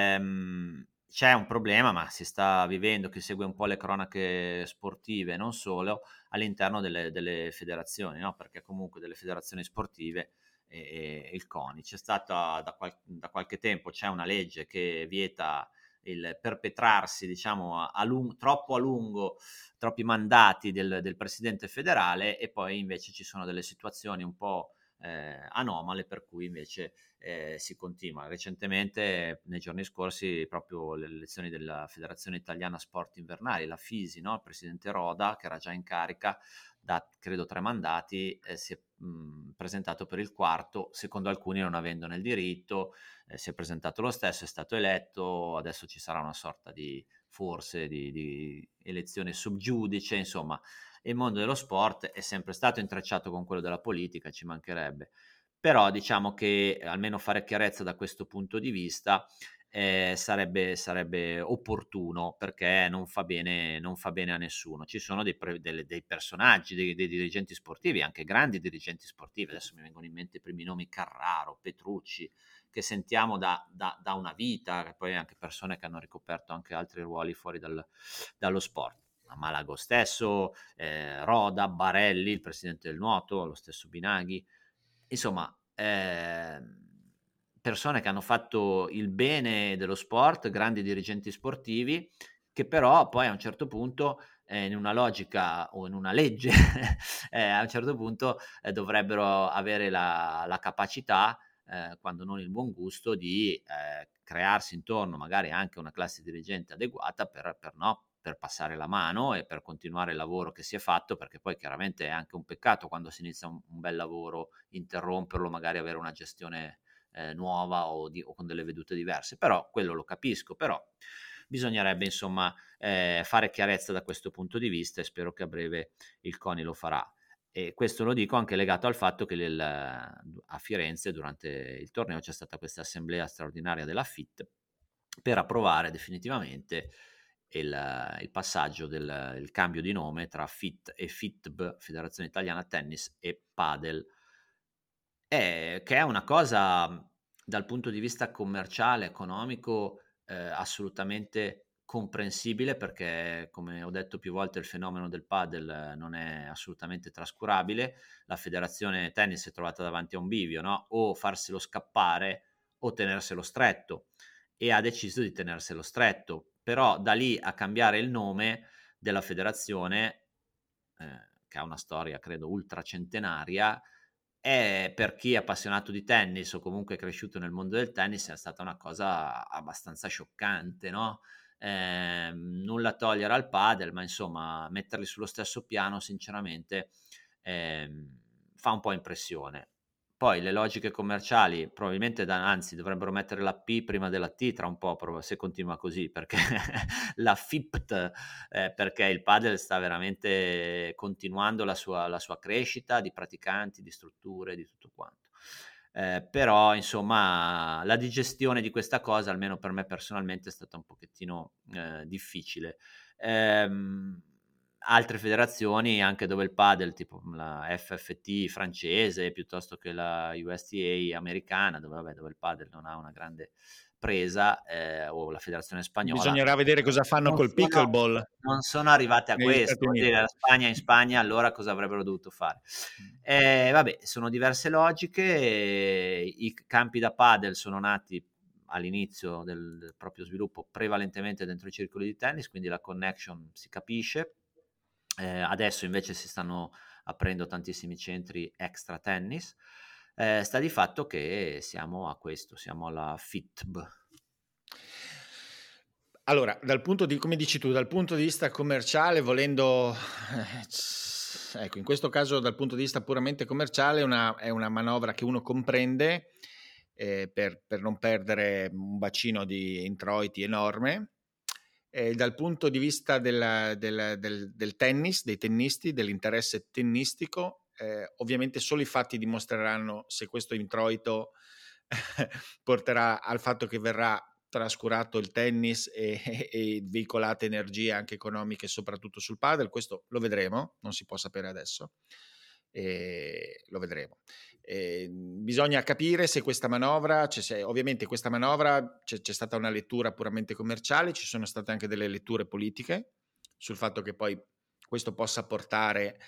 c'è un problema, ma si sta vivendo, che segue un po' le cronache sportive, non solo, all'interno delle federazioni, no? Perché comunque delle federazioni sportive e il CONI c'è stata da qualche tempo, c'è una legge che vieta il perpetrarsi, diciamo, troppo a lungo, troppi mandati del presidente federale, e poi invece ci sono delle situazioni un po' anomale per cui invece si continua. Recentemente, nei giorni scorsi, proprio le elezioni della Federazione Italiana Sport Invernali, la FISI, no? Il presidente Roda, che era già in carica da credo 3 mandati, si è presentato per il quarto, secondo alcuni non avendone il diritto, si è presentato lo stesso, è stato eletto, adesso ci sarà una sorta di forse di elezione sub giudice, insomma. Il mondo dello sport è sempre stato intrecciato con quello della politica, ci mancherebbe. Però diciamo che almeno fare chiarezza da questo punto di vista sarebbe opportuno, perché non fa bene a nessuno. Ci sono dei personaggi, dei dirigenti sportivi, anche grandi dirigenti sportivi, adesso mi vengono in mente i primi nomi: Carraro, Petrucci, che sentiamo da una vita, che poi anche persone che hanno ricoperto anche altri ruoli fuori dallo sport. Malago stesso, Roda, Barelli, il presidente del nuoto, lo stesso Binaghi, insomma, persone che hanno fatto il bene dello sport, grandi dirigenti sportivi, che però poi a un certo punto, in una logica o in una legge, a un certo punto dovrebbero avere la capacità, quando non il buon gusto, di crearsi intorno magari anche una classe dirigente adeguata per passare la mano e per continuare il lavoro che si è fatto, perché poi chiaramente è anche un peccato quando si inizia un bel lavoro interromperlo, magari avere una gestione nuova o con delle vedute diverse. Però quello lo capisco, però bisognerebbe insomma fare chiarezza da questo punto di vista, e spero che a breve il CONI lo farà. E questo lo dico anche legato al fatto che a Firenze durante il torneo c'è stata questa assemblea straordinaria della FIT per approvare definitivamente il passaggio il cambio di nome tra FIT e FITB, Federazione Italiana Tennis e Padel, che è una cosa dal punto di vista commerciale, economico, assolutamente comprensibile, perché, come ho detto più volte, il fenomeno del padel non è assolutamente trascurabile. La federazione tennis si è trovata davanti a un bivio, no? O farselo scappare o tenerselo stretto, e ha deciso di tenerselo stretto. Però da lì a cambiare il nome della federazione, che ha una storia credo ultracentenaria, per chi è appassionato di tennis o comunque è cresciuto nel mondo del tennis, è stata una cosa abbastanza scioccante, no? Nulla togliere al padel, ma insomma metterli sullo stesso piano sinceramente fa un po' impressione. Poi le logiche commerciali probabilmente, anzi, dovrebbero mettere la P prima della T tra un po', se continua così, perché la FIPT, perché il padel sta veramente continuando la sua crescita di praticanti, di strutture, di tutto quanto. Però insomma la digestione di questa cosa, almeno per me personalmente, è stata un pochettino difficile. Altre federazioni, anche dove il padel, tipo la FFT francese, piuttosto che la USTA americana, dove il padel non ha una grande presa, o la federazione spagnola, Bisognerà vedere cosa fanno non col sono pickleball non sono arrivate a negli Stati questo. Vuol Uniti. dire, la Spagna in Spagna allora cosa avrebbero dovuto fare? Vabbè, sono diverse logiche. I campi da padel sono nati all'inizio del proprio sviluppo prevalentemente dentro i circoli di tennis, quindi la connection si capisce. Adesso invece si stanno aprendo tantissimi centri extra tennis. Sta di fatto che siamo a questo, siamo alla FITB. Allora, come dici tu, dal punto di vista commerciale, volendo, ecco, in questo caso dal punto di vista puramente commerciale è una manovra che uno comprende, per non perdere un bacino di introiti enorme. Dal punto di vista del tennis, dei tennisti, dell'interesse tennistico, ovviamente solo i fatti dimostreranno se questo introito porterà al fatto che verrà trascurato il tennis e veicolate energie anche economiche soprattutto sul padel. Questo lo vedremo, non si può sapere adesso, lo vedremo. Bisogna capire se questa manovra, ovviamente questa manovra c'è stata una lettura puramente commerciale, ci sono state anche delle letture politiche sul fatto che poi questo possa portare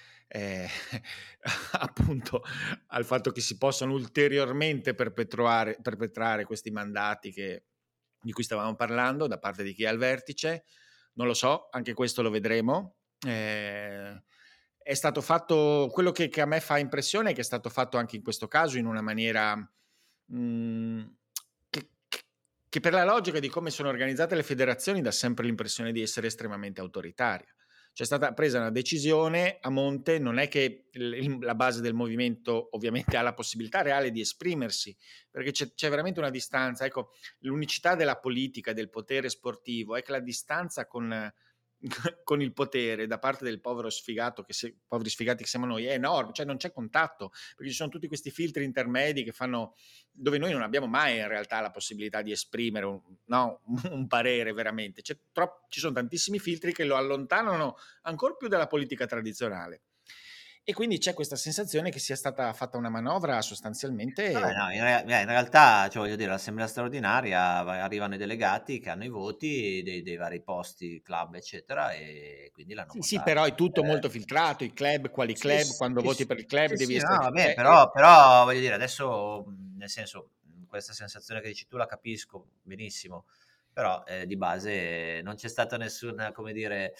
appunto al fatto che si possano ulteriormente perpetrare questi mandati di cui stavamo parlando da parte di chi è al vertice. Non lo so, anche questo lo vedremo. È stato fatto quello che a me fa impressione, è che è stato fatto anche in questo caso in una maniera che per la logica di come sono organizzate le federazioni dà sempre l'impressione di essere estremamente autoritaria. C'è stata presa una decisione a monte, non è che la base del movimento ovviamente ha la possibilità reale di esprimersi, perché c'è veramente una distanza. Ecco, l'unicità della politica, del potere sportivo, è che la distanza con con il potere da parte del povero sfigato, poveri sfigati che siamo noi, è enorme, cioè non c'è contatto, perché ci sono tutti questi filtri intermedi che fanno, dove noi non abbiamo mai in realtà la possibilità di esprimere un parere veramente, ci sono tantissimi filtri che lo allontanano ancora più dalla politica tradizionale. E quindi c'è questa sensazione che sia stata fatta una manovra sostanzialmente. Vabbè, no, in realtà, cioè, voglio dire, l'assemblea straordinaria arrivano i delegati che hanno i voti dei vari posti, club, eccetera, e quindi l'hanno Sì, votato. però è tutto molto filtrato, i club, quali Sì, club, quando sì, voti per il club sì, devi sì, no, essere. vabbè, però voglio dire, adesso, nel senso, questa sensazione che dici tu la capisco benissimo, però di base non c'è stata nessuna, come dire,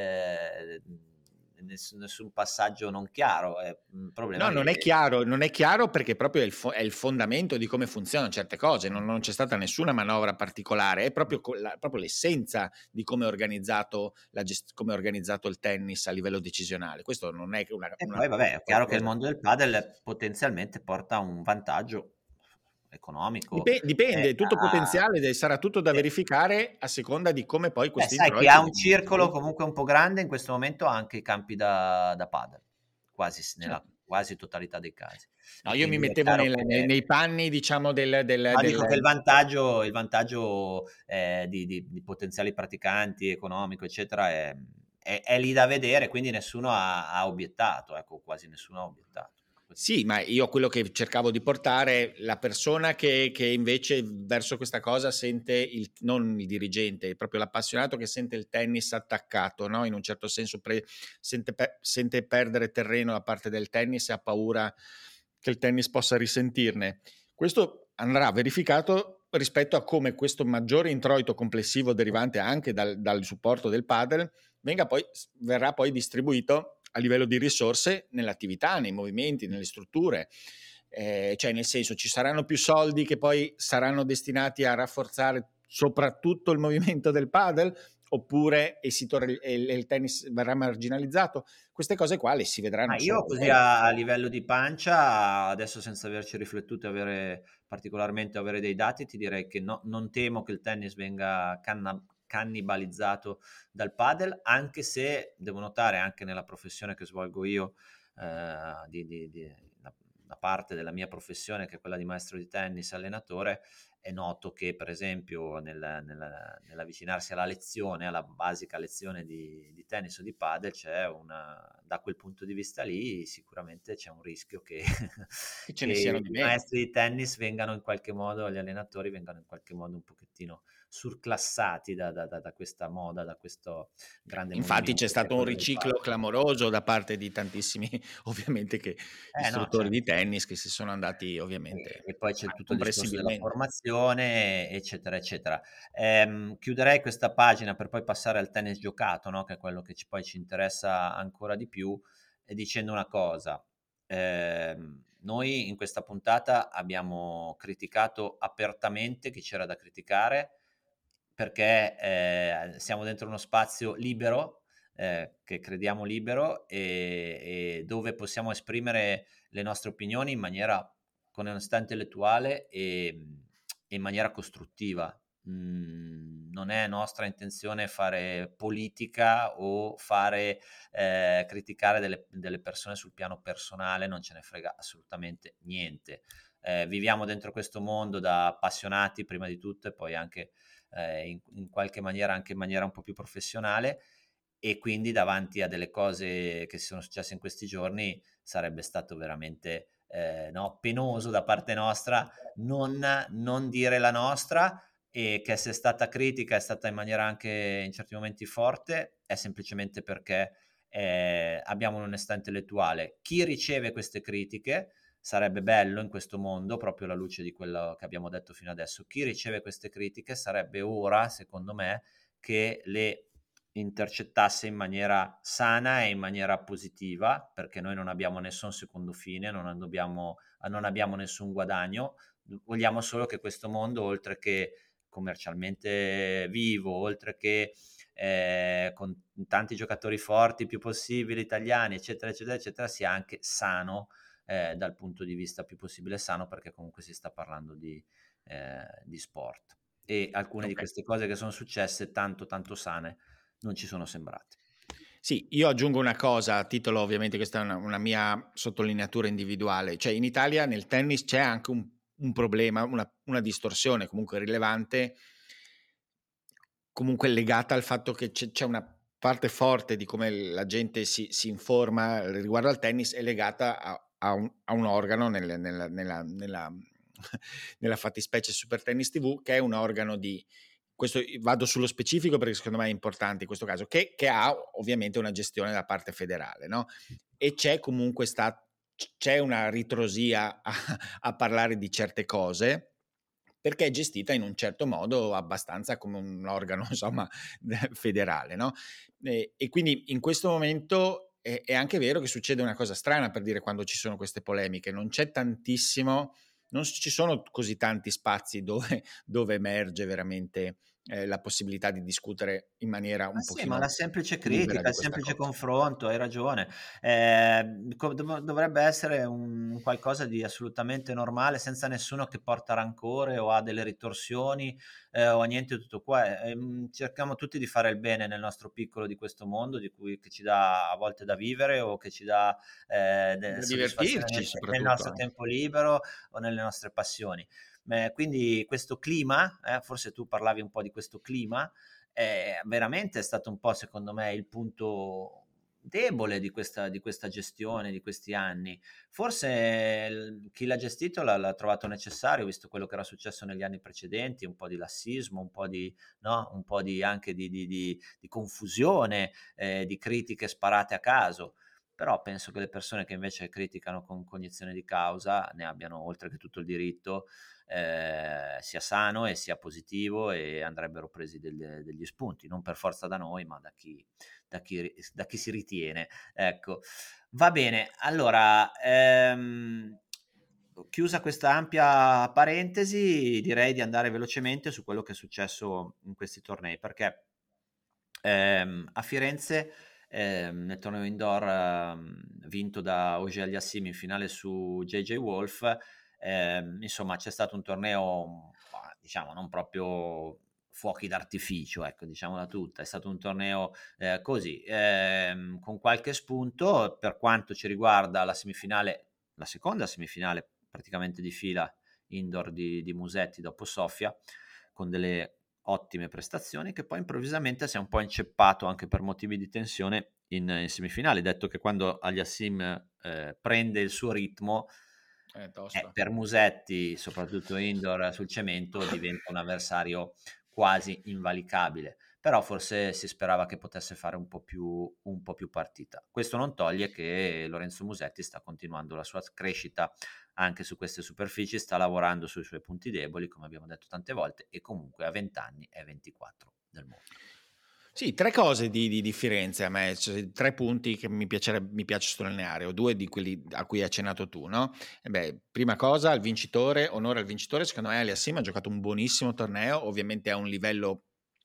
nessun passaggio non chiaro, è un problema No, che... non è chiaro perché proprio è il fondamento di come funzionano certe cose, non c'è stata nessuna manovra particolare, è proprio, proprio l'essenza di come è organizzato, come è organizzato il tennis a livello decisionale. Questo non è E poi, vabbè, è chiaro che il qualcosa. mondo del padel potenzialmente porta un vantaggio economico. Dipende, tutto potenziale, sarà tutto da verificare a seconda di come poi questi sai, chi introiti ha un vengono circolo distribuiti. comunque un po' grande in questo momento ha anche i campi da padel, nella Certo. quasi totalità dei casi. No, E io mi quindi è mettevo chiaro che... nei panni, diciamo, No, dico che il vantaggio di potenziali praticanti, economico, eccetera, è lì da vedere, quindi nessuno ha obiettato, ecco, quasi nessuno ha obiettato. Sì, ma io quello che cercavo di portare, la persona che invece verso questa cosa sente, non il dirigente, proprio l'appassionato che sente il tennis attaccato, no? In un certo senso sente perdere terreno da parte del tennis e ha paura che il tennis possa risentirne. Questo andrà verificato rispetto a come questo maggiore introito complessivo derivante anche dal supporto del padel verrà poi distribuito a livello di risorse nell'attività, nei movimenti, nelle strutture. Cioè nel senso, ci saranno più soldi che poi saranno destinati a rafforzare soprattutto il movimento del padel, oppure il tennis verrà marginalizzato. Queste cose qua le si vedranno Io solo così poi. a livello di pancia, adesso senza averci riflettuto e particolarmente avere dei dati, ti direi che non temo che il tennis venga cannibalizzato dal padel, anche se devo notare anche nella professione che svolgo io, da parte della mia professione, che è quella di maestro di tennis, allenatore, è noto che per esempio nell'avvicinarsi alla lezione, alla basica lezione di tennis o di padel, da quel punto di vista lì sicuramente c'è un rischio che, Che ce che ne siano di i meno. maestri di tennis vengano in qualche modo, gli allenatori vengano in qualche modo un pochettino surclassati da questa moda, da questo grande Infatti c'è movimento che è stato un quello del riciclo padel. clamoroso da parte di tantissimi, ovviamente, No, istruttori certo. di tennis che si sono andati ovviamente E poi c'è tutto il discorso della comprensibilmente. formazione, eccetera, eccetera. Chiuderei questa pagina per poi passare al tennis giocato, no? Che è quello che poi ci interessa ancora di più, dicendo una cosa. Noi in questa puntata abbiamo criticato apertamente chi c'era da criticare, perché siamo dentro uno spazio libero, che crediamo libero, e dove possiamo esprimere le nostre opinioni in maniera con onestà intellettuale e in maniera costruttiva. Non è nostra intenzione fare politica o criticare delle persone sul piano personale, non ce ne frega assolutamente niente. Viviamo dentro questo mondo da appassionati prima di tutto, e poi anche in qualche maniera, anche in maniera un po' più professionale, e quindi davanti a delle cose che sono successe in questi giorni sarebbe stato veramente penoso da parte nostra non dire la nostra, e che se è stata critica è stata in maniera anche in certi momenti forte, è semplicemente perché abbiamo un'onestà intellettuale. Chi riceve queste critiche, sarebbe bello in questo mondo, proprio alla luce di quello che abbiamo detto fino adesso, chi riceve queste critiche sarebbe ora, secondo me, che le intercettasse in maniera sana e in maniera positiva, perché noi non abbiamo nessun secondo fine, non abbiamo nessun guadagno, vogliamo solo che questo mondo, oltre che commercialmente vivo, oltre che con tanti giocatori forti più possibili, italiani, eccetera, eccetera, eccetera, sia anche sano, dal punto di vista più possibile sano, perché comunque si sta parlando di sport. E alcune di Ok. queste cose che sono successe tanto tanto sane non ci sono sembrati. Sì, io aggiungo una cosa, a titolo ovviamente questa è una mia sottolineatura individuale, cioè in Italia nel tennis c'è anche un problema, una distorsione comunque rilevante, comunque legata al fatto che c'è una parte forte di come la gente si informa riguardo al tennis è legata a un organo nella fattispecie Super Tennis TV, che è un organo di, questo vado sullo specifico perché secondo me è importante in questo caso, che ha ovviamente una gestione da parte federale, no? E c'è una ritrosia a parlare di certe cose, perché è gestita in un certo modo abbastanza come un organo, insomma, federale, no? E quindi in questo momento è anche vero che succede una cosa strana, per dire, quando ci sono queste polemiche, non c'è tantissimo, non ci sono così tanti spazi dove emerge veramente la possibilità di discutere in maniera Ma un sì, ma la pochino semplice libera critica, di il questa semplice cosa. confronto, hai ragione. Dovrebbe essere un qualcosa di assolutamente normale, senza nessuno che porta rancore o ha delle ritorsioni, o niente di tutto qua. Cerchiamo tutti di fare il bene nel nostro piccolo di questo mondo, che ci dà a volte da vivere o che ci dà Da soddisfazione divertirci nel soprattutto. nostro tempo libero o nelle nostre passioni. Quindi questo clima, forse tu parlavi un po' di questo clima, veramente è stato un po', secondo me, il punto debole di questa gestione di questi anni. Forse chi l'ha gestito l'ha trovato necessario, visto quello che era successo negli anni precedenti, un po' di lassismo, un po' di, no? Un po' di anche di confusione, di critiche sparate a caso. Però penso che le persone che invece criticano con cognizione di causa ne abbiano oltre che tutto il diritto, sia sano e sia positivo, e andrebbero presi degli spunti, non per forza da noi, ma da chi si ritiene. Ecco, va bene. Allora, chiusa questa ampia parentesi, direi di andare velocemente su quello che è successo in questi tornei, perché a Firenze, nel torneo indoor vinto da Auger Aliassime in finale su JJ Wolf, insomma c'è stato un torneo, diciamo, non proprio fuochi d'artificio, ecco, diciamola tutta. È stato un torneo così, con qualche spunto. Per quanto ci riguarda, la seconda semifinale praticamente di fila indoor di Musetti dopo Sofia, con delle ottime prestazioni, che poi improvvisamente si è un po' inceppato anche per motivi di tensione in semifinale, detto che quando Aliassim prende il suo ritmo, per Musetti, soprattutto indoor sul cemento, diventa un avversario quasi invalicabile. Però forse si sperava che potesse fare un po' più partita. Questo non toglie che Lorenzo Musetti sta continuando la sua crescita anche su queste superfici, sta lavorando sui suoi punti deboli, come abbiamo detto tante volte, e comunque a 20 anni è 24 del mondo. Sì, tre cose di Firenze a me, cioè, tre punti che mi piace sottolineare, o due di quelli a cui hai accennato tu, no? Prima cosa, il vincitore, onore al vincitore, secondo me Aliassime ha giocato un buonissimo torneo, ovviamente a un livello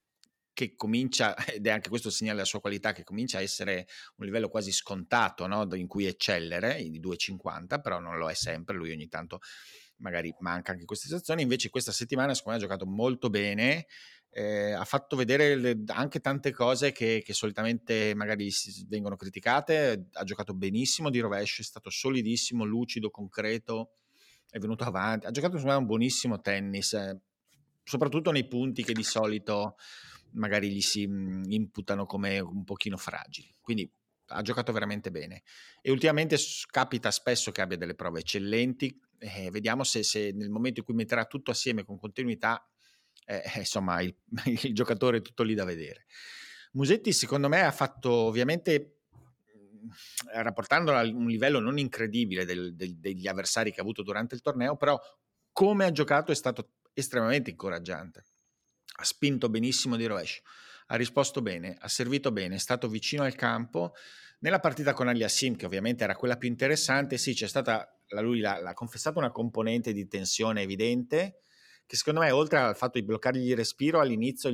che comincia, ed è anche questo il segnale della sua qualità, che comincia a essere un livello quasi scontato, no? In cui eccellere, di 2,50, però non lo è sempre, lui ogni tanto magari manca anche queste situazioni. Invece questa settimana secondo me ha giocato molto bene, ha fatto vedere anche tante cose che solitamente magari vengono criticate, ha giocato benissimo di rovescio, è stato solidissimo, lucido, concreto, è venuto avanti, ha giocato secondo me un buonissimo tennis, soprattutto nei punti che di solito magari gli si imputano come un pochino fragili, quindi ha giocato veramente bene. E ultimamente capita spesso che abbia delle prove eccellenti, vediamo se nel momento in cui metterà tutto assieme con continuità, insomma il giocatore è tutto lì da vedere. Musetti secondo me ha fatto ovviamente, rapportandolo a un livello non incredibile degli avversari che ha avuto durante il torneo, però come ha giocato è stato estremamente incoraggiante. Ha spinto benissimo di rovescio, ha risposto bene, ha servito bene, è stato vicino al campo. Nella partita con Aliassim, che ovviamente era quella più interessante, sì, c'è stata, lui l'ha confessato, una componente di tensione evidente, che secondo me, oltre al fatto di bloccargli il respiro, all'inizio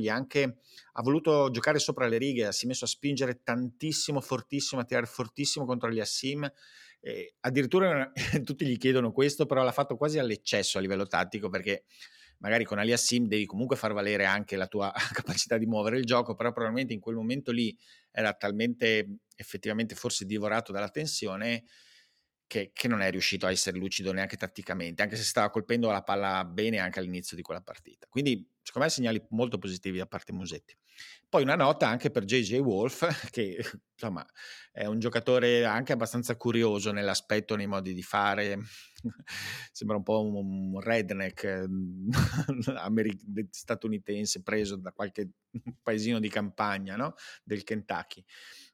ha voluto giocare sopra le righe, si è messo a spingere tantissimo, fortissimo, a tirare fortissimo contro Aliassim. Addirittura tutti gli chiedono questo, però l'ha fatto quasi all'eccesso a livello tattico, perché magari con Aliassim devi comunque far valere anche la tua capacità di muovere il gioco, però probabilmente in quel momento lì era talmente effettivamente forse divorato dalla tensione che non è riuscito a essere lucido neanche tatticamente, anche se stava colpendo la palla bene anche all'inizio di quella partita. Quindi secondo me segnali molto positivi da parte Musetti. Poi una nota anche per JJ Wolf, che insomma è un giocatore anche abbastanza curioso nell'aspetto, nei modi di fare, sembra un po' un redneck statunitense preso da qualche paesino di campagna, no? Del Kentucky.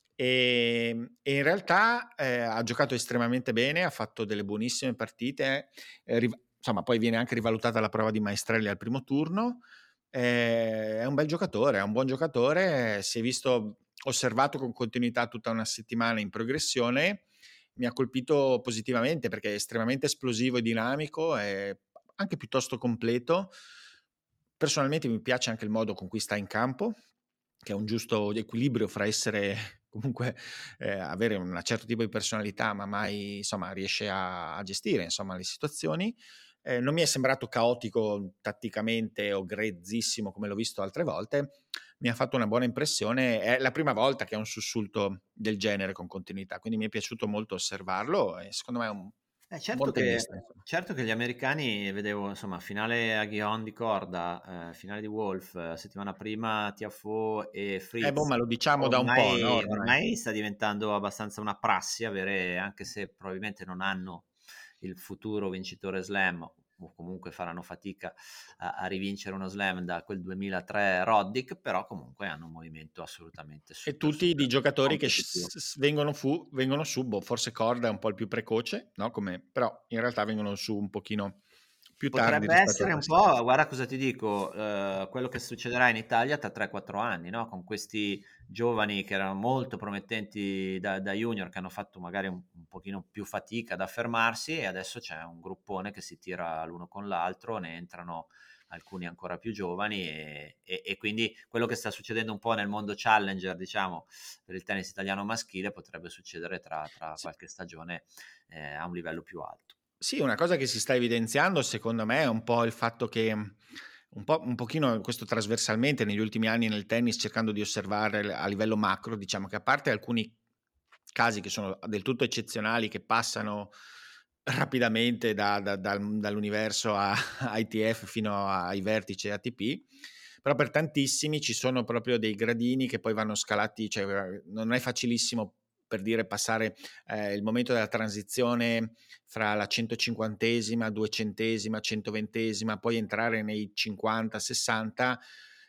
E in realtà ha giocato estremamente bene, ha fatto delle buonissime partite, insomma poi viene anche rivalutata la prova di Maestrelli al primo turno. È un bel giocatore, è un buon giocatore, si è visto osservato con continuità tutta una settimana in progressione, mi ha colpito positivamente perché è estremamente esplosivo e dinamico, è anche piuttosto completo. Personalmente mi piace anche il modo con cui sta in campo, che è un giusto equilibrio fra essere comunque avere un certo tipo di personalità, ma mai insomma riesce a gestire insomma le situazioni. Non mi è sembrato caotico tatticamente o grezzissimo come l'ho visto altre volte, mi ha fatto una buona impressione, è la prima volta che ha un sussulto del genere con continuità, quindi mi è piaciuto molto osservarlo e secondo me è un buon Certo tennista. Insomma. certo che gli americani, vedevo insomma finale a Guion di corda, finale di Wolf, settimana prima Tiafoe e Fritz, Ma lo diciamo da un po', no? ormai sta diventando abbastanza una prassi avere, anche se probabilmente non hanno il futuro vincitore slam, o comunque faranno fatica a rivincere uno slam da quel 2003 Roddick, però comunque hanno un movimento assolutamente E super, tutti di super giocatori che competitivo. vengono su, forse Corda è un po' il più precoce, no? Però in realtà vengono su un pochino più tardi Potrebbe rispetto al essere un passato. po', guarda cosa ti dico, quello che succederà in Italia tra 3-4 anni, no? Con questi giovani che erano molto promettenti da junior, che hanno fatto magari un pochino più fatica ad affermarsi, e adesso c'è un gruppone che si tira l'uno con l'altro, ne entrano alcuni ancora più giovani e quindi quello che sta succedendo un po' nel mondo challenger, diciamo, per il tennis italiano maschile potrebbe succedere tra Sì. qualche stagione a un livello più alto. Sì, una cosa che si sta evidenziando secondo me è un po' il fatto che un pochino questo trasversalmente negli ultimi anni nel tennis, cercando di osservare a livello macro, diciamo che a parte alcuni casi che sono del tutto eccezionali, che passano rapidamente dall'universo a ITF fino ai vertici ATP, però per tantissimi ci sono proprio dei gradini che poi vanno scalati, cioè non è facilissimo per dire passare il momento della transizione fra la 150esima, 200esima, 120esima, poi entrare nei 50, 60,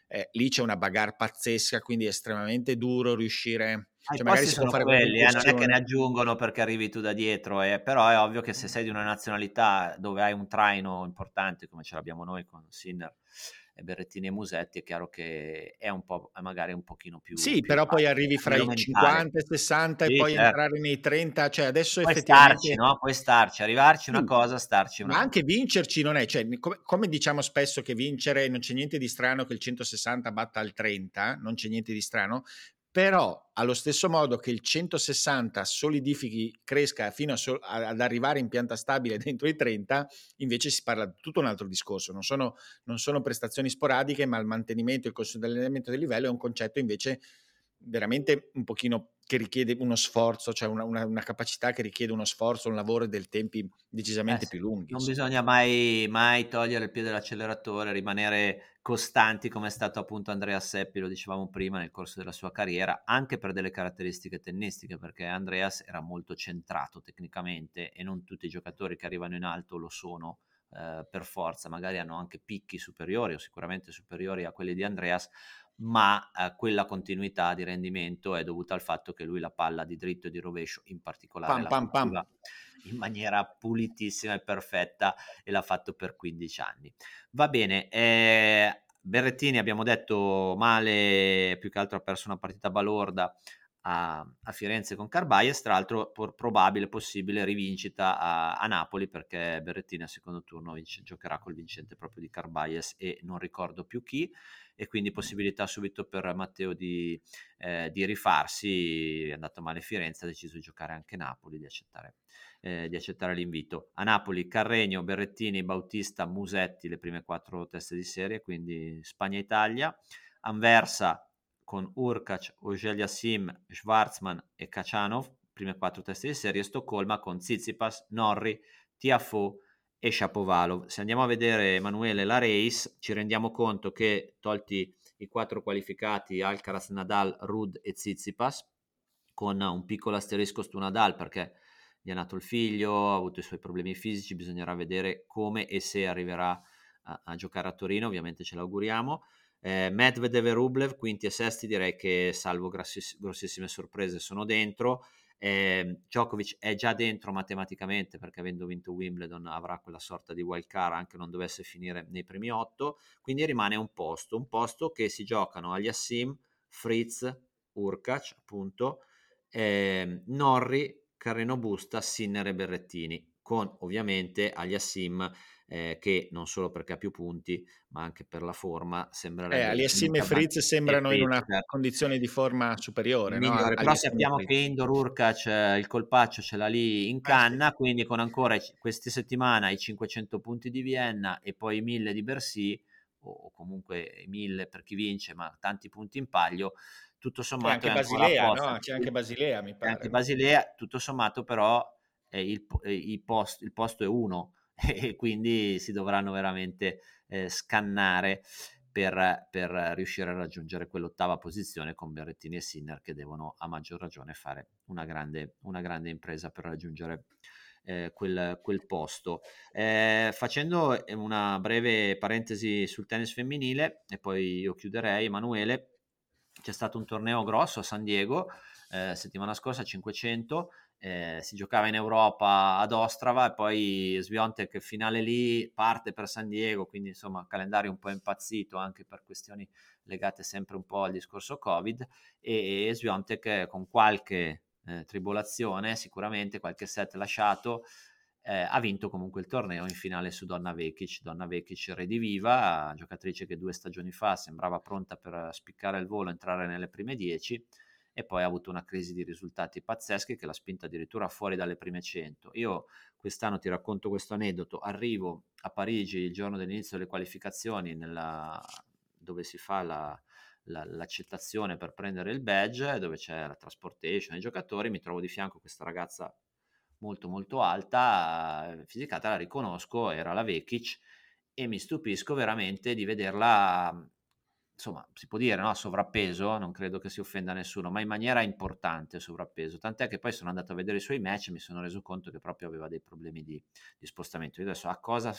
lì c'è una bagarre pazzesca, quindi è estremamente duro riuscire, I cioè magari posti si può sono fare qualche quelli, non è che ne incursione. aggiungono perché arrivi tu da dietro, però è ovvio che se sei di una nazionalità dove hai un traino importante come ce l'abbiamo noi con Sinner e Berrettini e Musetti, è chiaro che è un po' magari un pochino Sì, più però poi facile arrivi a fra livello i mentale. 50 e 60 e Sì, poi certo. entrare nei 30, cioè adesso Puoi starci, effettivamente no? Puoi starci, arrivarci una sì, cosa, starci ma anche un'altra. vincerci non è, cioè, come diciamo spesso che vincere non c'è niente di strano che il 160 batta il 30, non c'è niente di strano, però allo stesso modo che il 160 solidifichi, cresca fino ad arrivare in pianta stabile dentro i 30, invece si parla di tutto un altro discorso, non sono prestazioni sporadiche, ma il mantenimento e il consolidamento del livello è un concetto invece veramente un pochino che richiede uno sforzo, cioè una capacità che richiede uno sforzo, un lavoro e del tempi decisamente Sì. più lunghi. Non Insomma. bisogna mai togliere il piede dall'acceleratore, rimanere costanti come è stato appunto Andrea Seppi, lo dicevamo prima, nel corso della sua carriera, anche per delle caratteristiche tennistiche, perché Andreas era molto centrato tecnicamente e non tutti i giocatori che arrivano in alto lo sono per forza, magari hanno anche picchi superiori o sicuramente superiori a quelli di Andreas, ma quella continuità di rendimento è dovuta al fatto che lui la palla di dritto e di rovescio in particolare Pam la pam pam. colpiva in maniera pulitissima e perfetta e l'ha fatto per 15 anni. Va bene, Berrettini abbiamo detto male, più che altro ha perso una partita balorda a Firenze con Carbayes, tra l'altro probabile, possibile rivincita a Napoli perché Berrettini al secondo turno giocherà col vincente proprio di Carbayes e non ricordo più chi, e quindi possibilità subito per Matteo di rifarsi. È andato male Firenze, ha deciso di giocare anche Napoli, di accettare di accettare l'invito. A Napoli Carregno, Berrettini, Bautista, Musetti, le prime 4 teste di serie, quindi Spagna-Italia. Anversa con Urkac, Auger-Aliassime, Schwarzman e Kachanov, prime 4 teste di serie. Stoccolma con Tsitsipas, Norrie, Tiafoe e Shapovalov. Se andiamo a vedere, Emanuele, la race, ci rendiamo conto che, tolti i 4 qualificati, Alcaraz, Nadal, Ruud e Tsitsipas, con un piccolo asterisco su Nadal perché gli è nato il figlio, ha avuto i suoi problemi fisici, bisognerà vedere come e se arriverà a giocare a Torino, ovviamente ce l'auguriamo. Medvedev e Rublev, quinti e sesti, direi che salvo grossissime sorprese sono dentro. Djokovic è già dentro matematicamente perché avendo vinto Wimbledon avrà quella sorta di wild card anche non dovesse finire nei primi 8, quindi rimane un posto che si giocano Aliassime, Fritz, Urkac appunto, Norrie, Carreno Busta, Sinner e Berrettini, con ovviamente Aliassime che non solo perché ha più punti ma anche per la forma sembrerebbe Aliassime e Fritz sembrano in una certo, condizione di forma superiore, no? migliore, però Aliassime e sappiamo che Fritz. Indoor Urkac il colpaccio ce l'ha lì in canna, Sì. quindi con ancora queste settimane i 500 punti di Vienna e poi i 1000 di Bercy o comunque i 1000 per chi vince, ma tanti punti in palio, tutto sommato è ancora a posto. No? C'è anche Basilea, mi pare. Anche Basilea, tutto sommato però il posto è 1 e quindi si dovranno veramente scannare per riuscire a raggiungere quell'8ª posizione con Berrettini e Sinner che devono a maggior ragione fare una grande impresa per raggiungere quel posto. Facendo una breve parentesi sul tennis femminile e poi io chiuderei, Emanuele, c'è stato un torneo grosso a San Diego settimana scorsa, 500, si giocava in Europa ad Ostrava e poi Swiatek finale lì, parte per San Diego, quindi insomma calendario un po' impazzito anche per questioni legate sempre un po' al discorso Covid e Swiatek con qualche tribolazione, sicuramente qualche set lasciato, ha vinto comunque il torneo in finale su Donna Vekic rediviva, giocatrice che 2 stagioni fa sembrava pronta per spiccare il volo, entrare nelle prime 10 e poi ha avuto una crisi di risultati pazzeschi che l'ha spinta addirittura fuori dalle prime 100. Io quest'anno ti racconto questo aneddoto, arrivo a Parigi il giorno dell'inizio delle qualificazioni dove si fa l'accettazione per prendere il badge, dove c'è la transportation, i giocatori, mi trovo di fianco questa ragazza molto molto alta, fisicata, la riconosco, era la Vekic e mi stupisco veramente di vederla, insomma, si può dire, no, sovrappeso, non credo che si offenda nessuno, ma in maniera importante sovrappeso, tant'è che poi sono andato a vedere i suoi match e mi sono reso conto che proprio aveva dei problemi di spostamento. Io adesso a cosa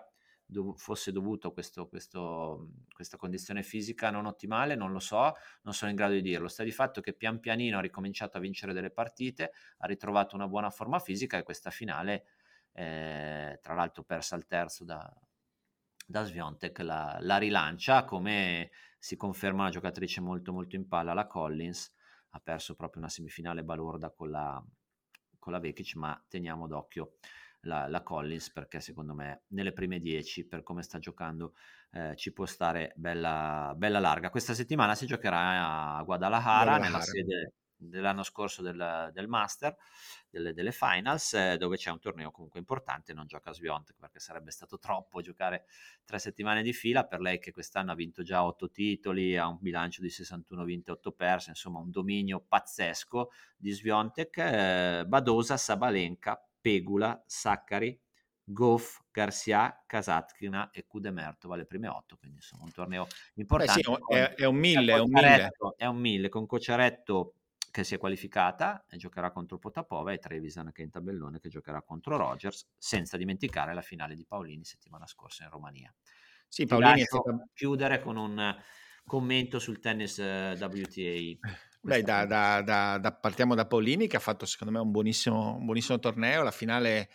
fosse dovuto questa condizione fisica non ottimale, non lo so, non sono in grado di dirlo. Sta di fatto che pian pianino ha ricominciato a vincere delle partite, ha ritrovato una buona forma fisica e questa finale, tra l'altro persa al terzo da Swiatek, la rilancia, come si conferma una giocatrice molto molto in palla, la Collins, ha perso proprio una semifinale balorda con la Vekic, ma teniamo d'occhio la Collins perché secondo me nelle prime 10 per come sta giocando ci può stare bella larga. Questa settimana si giocherà a Guadalajara nella sede dell'anno scorso del Master, delle Finals, dove c'è un torneo comunque importante. Non gioca Swiatek perché sarebbe stato troppo giocare 3 settimane di fila per lei, che quest'anno ha vinto già 8 titoli, ha un bilancio di 61 vinte e 8 perse, insomma un dominio pazzesco di Swiatek. Badosa, Sabalenka, Pegula, Saccari, Goff, Garcia, Kasatkina e Kudemertova le prime 8, quindi insomma un torneo importante. È un 1000, è un 1000 con Coceretto che si è qualificata e giocherà contro Potapova e Trevisan che è in tabellone che giocherà contro Rogers, senza dimenticare la finale di Paolini settimana scorsa in Romania. Sì, Paolini è stata... chiudere con un commento sul tennis WTA. Beh, partiamo da Paolini che ha fatto secondo me un buonissimo torneo. La finale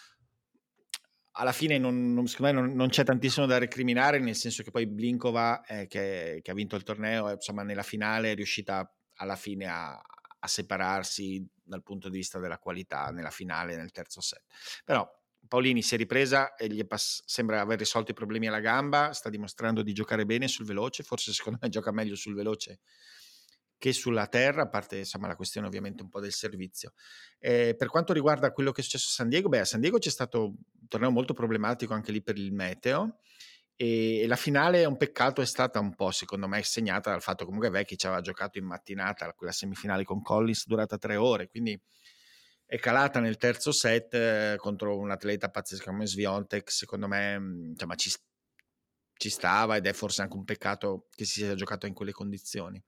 alla fine secondo me non c'è tantissimo da recriminare, nel senso che poi Blinkova che ha vinto il torneo, insomma nella finale è riuscita alla fine a separarsi dal punto di vista della qualità nella finale, nel terzo set. Però Paolini si è ripresa e sembra aver risolto i problemi alla gamba, sta dimostrando di giocare bene sul veloce, forse secondo me gioca meglio sul veloce che sulla terra, a parte insomma la questione ovviamente un po' del servizio. Per quanto riguarda quello che è successo a San Diego, a San Diego c'è stato un torneo molto problematico anche lì per il meteo, e la finale, un peccato, è stata un po', secondo me, segnata dal fatto che comunque Vekic aveva giocato in mattinata quella semifinale con Collins durata 3 ore, quindi è calata nel terzo set contro un atleta pazzesco come Swiatek. Secondo me insomma ci stava, ed è forse anche un peccato che si sia giocato in quelle condizioni.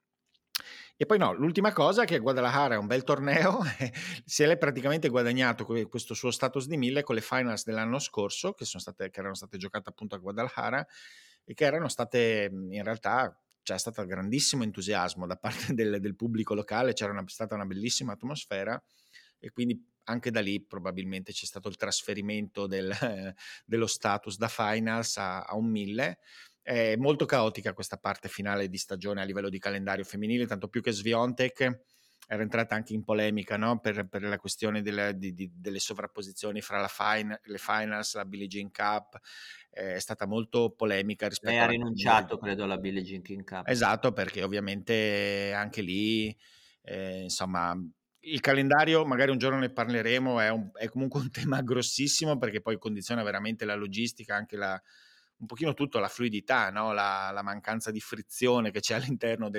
E poi no, l'ultima cosa è che Guadalajara è un bel torneo, si è praticamente guadagnato questo suo status di 1000 con le finals dell'anno scorso, che erano state giocate appunto a Guadalajara, e che erano state, in realtà c'è stato grandissimo entusiasmo da parte del pubblico locale, stata una bellissima atmosfera, e quindi anche da lì probabilmente c'è stato il trasferimento dello status da finals a un 1000. È molto caotica questa parte finale di stagione a livello di calendario femminile, tanto più che Swiatek era entrata anche in polemica, no? per la questione delle sovrapposizioni fra le finals, la Billie Jean Cup. È stata molto polemica rispetto Lei ha rinunciato, credo, alla Billie Jean King Cup. Esatto, perché ovviamente anche lì insomma il calendario, magari un giorno ne parleremo, è comunque un tema grossissimo, perché poi condiziona veramente la logistica, anche un pochino tutto, la fluidità, no? la mancanza di frizione che c'è all'interno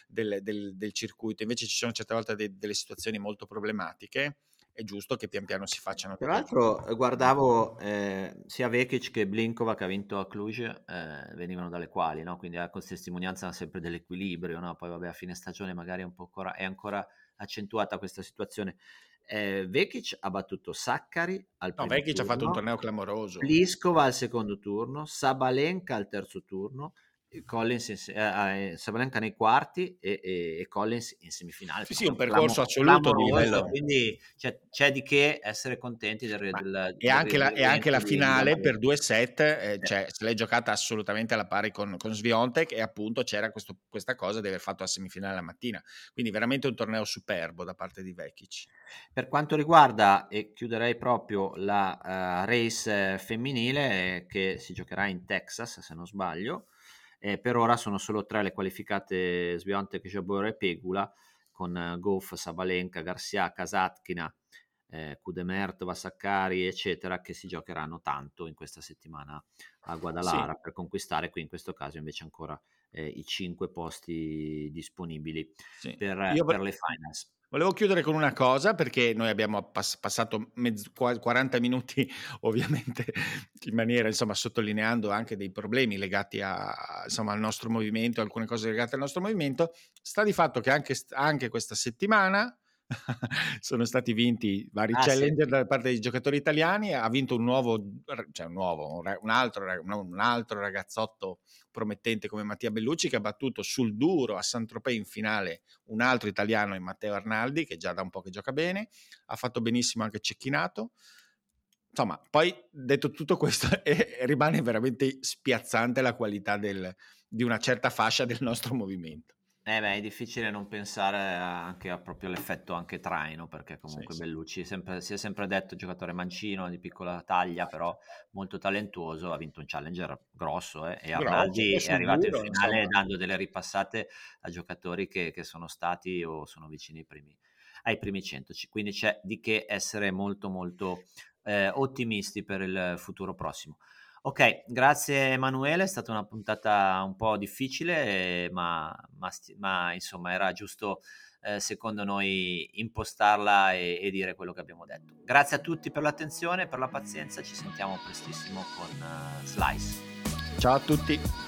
del circuito. Invece ci sono certe volte delle situazioni molto problematiche. È giusto che pian piano si facciano. Tra l'altro guardavo sia Vekic che Blinkova, che ha vinto a Cluj, venivano dalle quali, no? Quindi con testimonianza sempre dell'equilibrio, no? Poi vabbè, a fine stagione magari è ancora accentuata questa situazione. Vekic ha battuto Sakkari al primo turno. Vekic ha fatto un torneo clamoroso. Pliskova al secondo turno, Sabalenka al terzo turno, Collins Sabalenka nei quarti e Collins in semifinale. Sì, un percorso assoluto di livello. Quindi c'è di che essere contenti e anche la finale per 2 set, cioè, se l'è giocata assolutamente alla pari con Swiatek, e appunto c'era questa cosa di aver fatto la semifinale la mattina, quindi veramente un torneo superbo da parte di Vekic. Per quanto riguarda, e chiuderei proprio la race femminile, che si giocherà in Texas se non sbaglio, per ora sono solo 3 le qualificate: Swiatek, Jabeur e Pegula, con Gauff, Sabalenka, Garcia, Kasatkina, Kudemertova, Sakkari eccetera, che si giocheranno tanto in questa settimana a Guadalajara, per conquistare qui in questo caso invece ancora i 5 posti disponibili per le finals. Volevo chiudere con una cosa, perché noi abbiamo passato 40 minuti ovviamente in maniera, insomma, sottolineando anche dei problemi legati al nostro movimento, alcune cose legate al nostro movimento. Sta di fatto che anche questa settimana sono stati vinti vari challenger da parte dei giocatori italiani. Ha vinto un altro ragazzotto promettente come Mattia Bellucci, che ha battuto sul duro a Saint-Tropez in finale un altro italiano, in Matteo Arnaldi, che già da un po' che gioca bene. Ha fatto benissimo anche Cecchinato. Insomma, poi detto tutto questo, rimane veramente spiazzante la qualità di una certa fascia del nostro movimento. È difficile non pensare anche a proprio l'effetto anche traino, perché comunque Bellucci si è sempre detto giocatore mancino, di piccola taglia, però molto talentuoso. Ha vinto un challenger grosso, e Arnaldi è arrivato in finale, insomma, dando delle ripassate a giocatori che sono stati o sono vicini ai primi 100, quindi c'è di che essere molto molto ottimisti per il futuro prossimo. Ok, grazie Emanuele, è stata una puntata un po' difficile, ma insomma era giusto, secondo noi, impostarla e dire quello che abbiamo detto. Grazie a tutti per l'attenzione, per la pazienza, ci sentiamo prestissimo con Slice. Ciao a tutti.